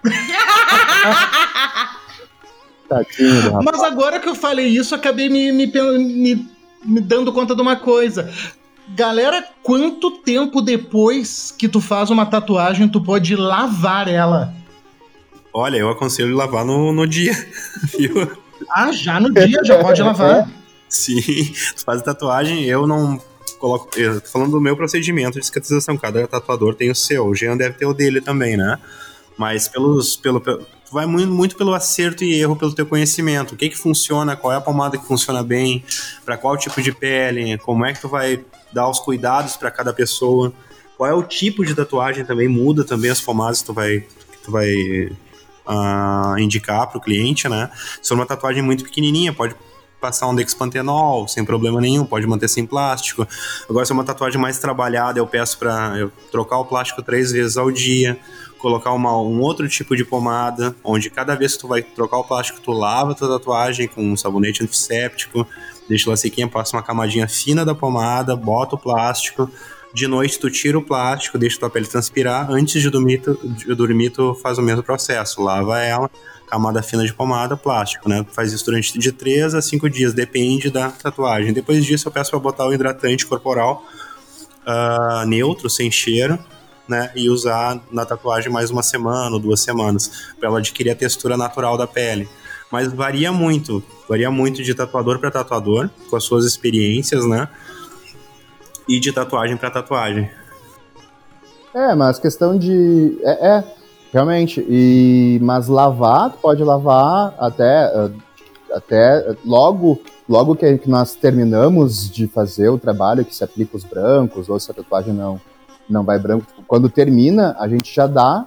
Tadinho do rapaz. Mas agora que eu falei isso, acabei me dando conta de uma coisa. Galera, quanto tempo depois que tu faz uma tatuagem tu pode lavar ela? Olha, eu aconselho lavar no dia, viu? Já no dia já pode lavar? Sim, tu faz a tatuagem, eu não coloco... Eu tô falando do meu procedimento de cicatrização, cada tatuador tem o seu, o Jean deve ter o dele também, né? Mas tu vai muito pelo acerto e erro, pelo teu conhecimento. O que funciona, qual é a pomada que funciona bem, para qual tipo de pele, como é que tu vai dar os cuidados para cada pessoa, qual é o tipo de tatuagem também, muda também as pomadas que tu vai indicar pro cliente, né? Se for uma tatuagem muito pequenininha, pode passar um dexpantenol sem problema nenhum, pode manter sem plástico. Agora, se é uma tatuagem mais trabalhada, eu peço para eu trocar o plástico 3 vezes ao dia, colocar um outro tipo de pomada, onde cada vez que tu vai trocar o plástico, tu lava a tua tatuagem com um sabonete antisséptico, deixa ela sequinha, passa uma camadinha fina da pomada, bota o plástico, de noite tu tira o plástico, deixa tua pele transpirar, antes de dormir tu faz o mesmo processo, lava ela, camada fina de pomada, plástico, né? Faz isso durante de 3 a 5 dias, depende da tatuagem. Depois disso eu peço para botar o hidratante corporal neutro, sem cheiro, né, e usar na tatuagem mais 1 semana ou 2 semanas, para ela adquirir a textura natural da pele. Mas varia muito de tatuador para tatuador, com as suas experiências, né? E de tatuagem para tatuagem. Mas questão de... realmente. Mas lavar, tu pode lavar até logo que nós terminamos de fazer o trabalho, que se aplica os brancos, ou se a tatuagem não vai branco. Quando termina, a gente já dá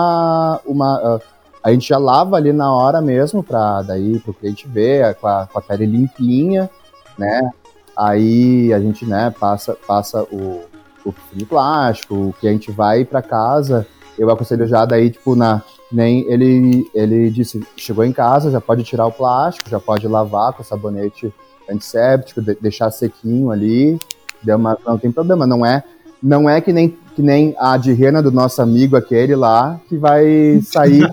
a gente já lava ali na hora mesmo, pro cliente ver, com a pele limpinha, né? Aí a gente, né, passa o filme plástico, o cliente vai para casa. Eu aconselho já daí, tipo, nem ele disse, chegou em casa, já pode tirar o plástico, já pode lavar com sabonete antisséptico, deixar sequinho ali, não tem problema, não é que nem a de rena do nosso amigo aquele lá, que vai sair.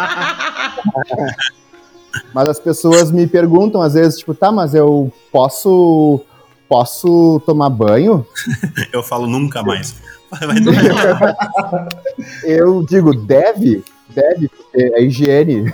Mas as pessoas me perguntam às vezes, tipo, tá, mas eu posso tomar banho? Eu falo nunca mais. Eu digo, deve, porque é higiene.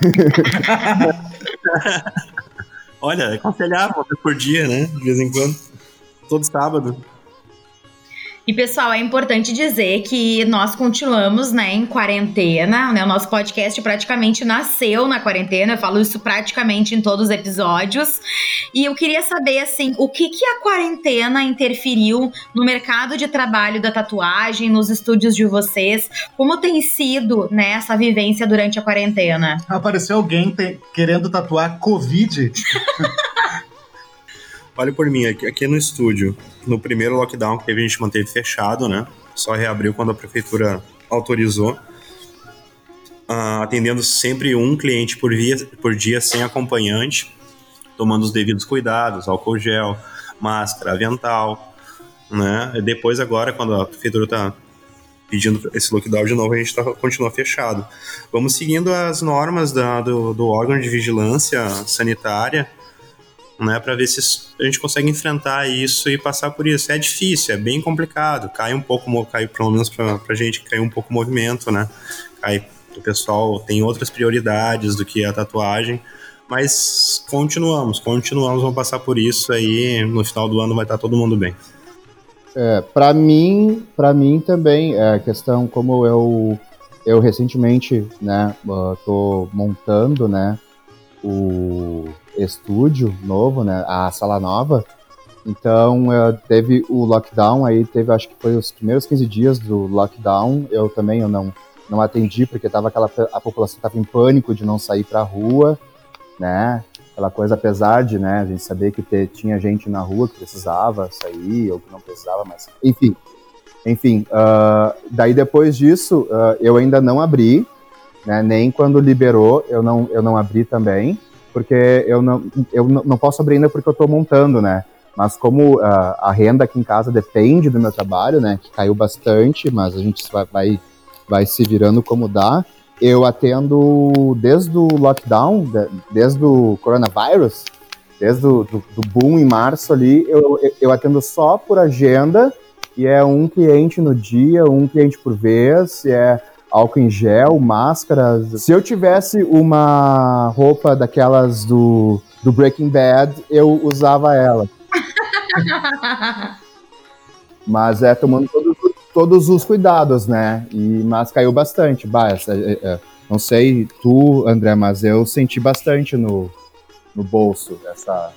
Olha, é aconselhável uma vez por dia, né? De vez em quando. Todo sábado. E, pessoal, é importante dizer que nós continuamos, né, em quarentena, né? O nosso podcast praticamente nasceu na quarentena, eu falo isso praticamente em todos os episódios. E eu queria saber, assim, o que a quarentena interferiu no mercado de trabalho da tatuagem, nos estúdios de vocês? Como tem sido, né, essa vivência durante a quarentena? Apareceu alguém querendo tatuar Covid. Olha por mim, aqui no estúdio, no primeiro lockdown que teve, a gente manteve fechado, né? Só reabriu quando a prefeitura autorizou. Atendendo sempre um cliente por dia sem acompanhante, tomando os devidos cuidados, álcool gel, máscara, avental, né? E depois agora, quando a prefeitura está pedindo esse lockdown de novo, a gente continua fechado. Vamos seguindo as normas do órgão de vigilância sanitária, né, para ver se a gente consegue enfrentar isso e passar por isso. É difícil, é bem complicado, cai pelo menos pra gente, cai um pouco o movimento, né, o pessoal tem outras prioridades do que a tatuagem, mas continuamos, vamos passar por isso aí, no final do ano vai estar todo mundo bem. Para mim também, é questão como eu recentemente, né, tô montando, né, o estúdio novo, né, a sala nova. Então teve o lockdown, aí teve, acho que foi os primeiros 15 dias do lockdown, eu não atendi, porque a população estava em pânico de não sair para a rua, né, aquela coisa, apesar de, né, a gente saber que tinha gente na rua que precisava sair, ou que não precisava, mas enfim, daí depois disso, eu ainda não abri, né, nem quando liberou, eu não abri também, porque eu não posso abrir ainda porque eu estou montando, né? Mas como a renda aqui em casa depende do meu trabalho, né? Que caiu bastante, mas a gente vai se virando como dá. Eu atendo desde o lockdown, desde o coronavírus, desde do boom em março ali, eu atendo só por agenda, e é um cliente no dia, um cliente por vez, álcool em gel, máscaras. Se eu tivesse uma roupa daquelas do Breaking Bad, eu usava ela. Mas tomando todos os cuidados, né? Mas caiu bastante. Não sei tu, André, mas eu senti bastante no bolso essa...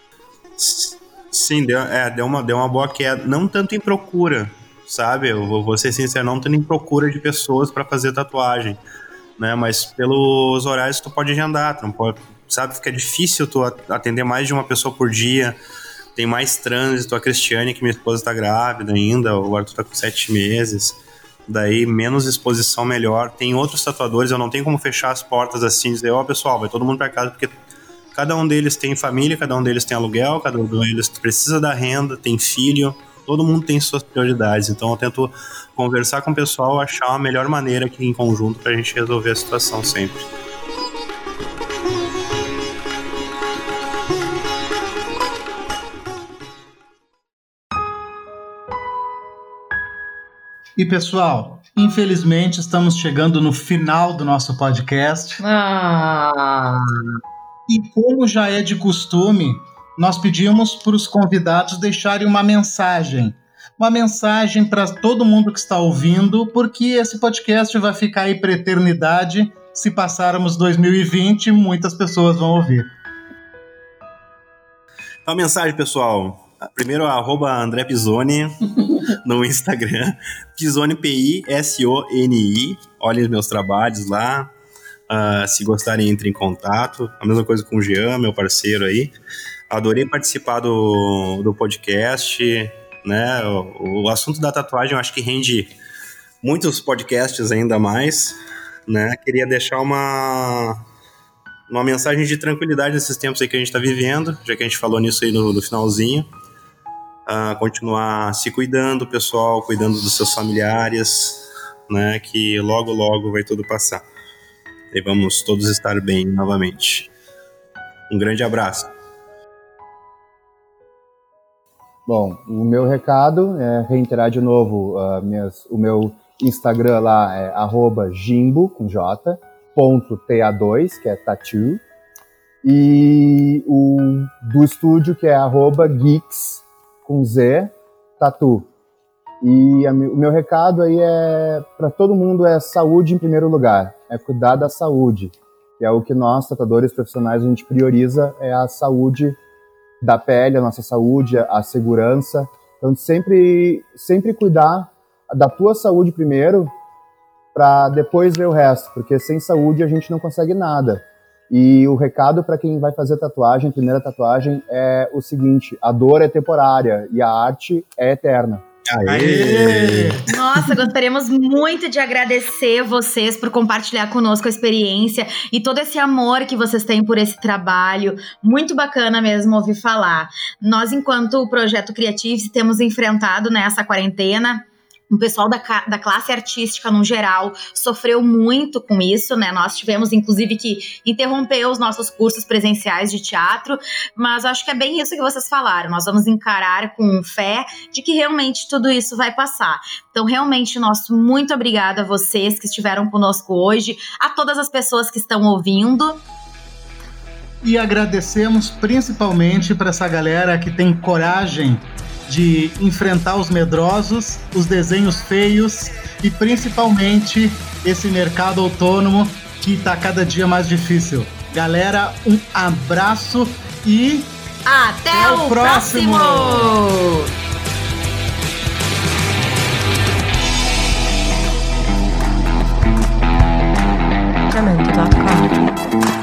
Sim, deu uma boa queda. Não tanto em procura, sabe? Eu vou ser sincero, não tô em procura de pessoas para fazer tatuagem, né? Mas pelos horários tu pode agendar, tu não pode, sabe? Fica difícil tu atender mais de uma pessoa por dia, tem mais trânsito. A Cristiane, que minha esposa tá grávida ainda, o Arthur tá com 7 meses, daí menos exposição melhor. Tem outros tatuadores, eu não tenho como fechar as portas assim, dizer, pessoal, vai todo mundo pra casa, porque cada um deles tem família, cada um deles tem aluguel, cada um deles precisa da renda, tem filho. Todo mundo tem suas prioridades, então eu tento conversar com o pessoal, achar a melhor maneira aqui em conjunto pra gente resolver a situação sempre. E pessoal, infelizmente estamos chegando no final do nosso podcast. E como já é de costume, nós pedimos para os convidados deixarem uma mensagem para todo mundo que está ouvindo, porque esse podcast vai ficar aí para a eternidade. Se passarmos 2020, muitas pessoas vão ouvir. Então, a mensagem, pessoal. Primeiro, @André Pisoni no Instagram. Pisoni, P-I-S-O-N-I. Olhem os meus trabalhos lá. Se gostarem, entrem em contato. A mesma coisa com o Jean, meu parceiro aí. Adorei participar do podcast, né? O assunto da tatuagem eu acho que rende muitos podcasts ainda mais, né? Queria deixar uma mensagem de tranquilidade nesses tempos aí que a gente está vivendo, já que a gente falou nisso aí no finalzinho. Continuar se cuidando, pessoal, cuidando dos seus familiares, né? Que logo, logo vai tudo passar. E vamos todos estar bem novamente. Um grande abraço. Bom, o meu recado é reiterar de novo o meu Instagram lá é @jimbo, com J, .ta2, que é tattoo, e o do estúdio, que é @geeks, com Z, tattoo. E o meu recado aí para todo mundo é saúde em primeiro lugar, é cuidar da saúde, que é o que nós, tatuadores profissionais, a gente prioriza, é a saúde da pele, a nossa saúde, a segurança. Então, sempre cuidar da tua saúde primeiro, para depois ver o resto, porque sem saúde a gente não consegue nada. E o recado para quem vai fazer tatuagem, primeira tatuagem, é o seguinte: a dor é temporária e a arte é eterna. Aê! Nossa, gostaríamos muito de agradecer vocês por compartilhar conosco a experiência e todo esse amor que vocês têm por esse trabalho. Muito bacana mesmo ouvir falar. Nós, enquanto Projeto Creative, temos enfrentado nessa quarentena. O pessoal da classe artística, no geral, sofreu muito com isso, né? Nós tivemos, inclusive, que interromper os nossos cursos presenciais de teatro, mas acho que é bem isso que vocês falaram. Nós vamos encarar com fé de que realmente tudo isso vai passar. Então, realmente, nosso muito obrigada a vocês que estiveram conosco hoje, a todas as pessoas que estão ouvindo. E agradecemos principalmente para essa galera que tem coragem de enfrentar os medrosos, os desenhos feios e principalmente esse mercado autônomo que está cada dia mais difícil. Galera, um abraço e até o próximo! Demento.com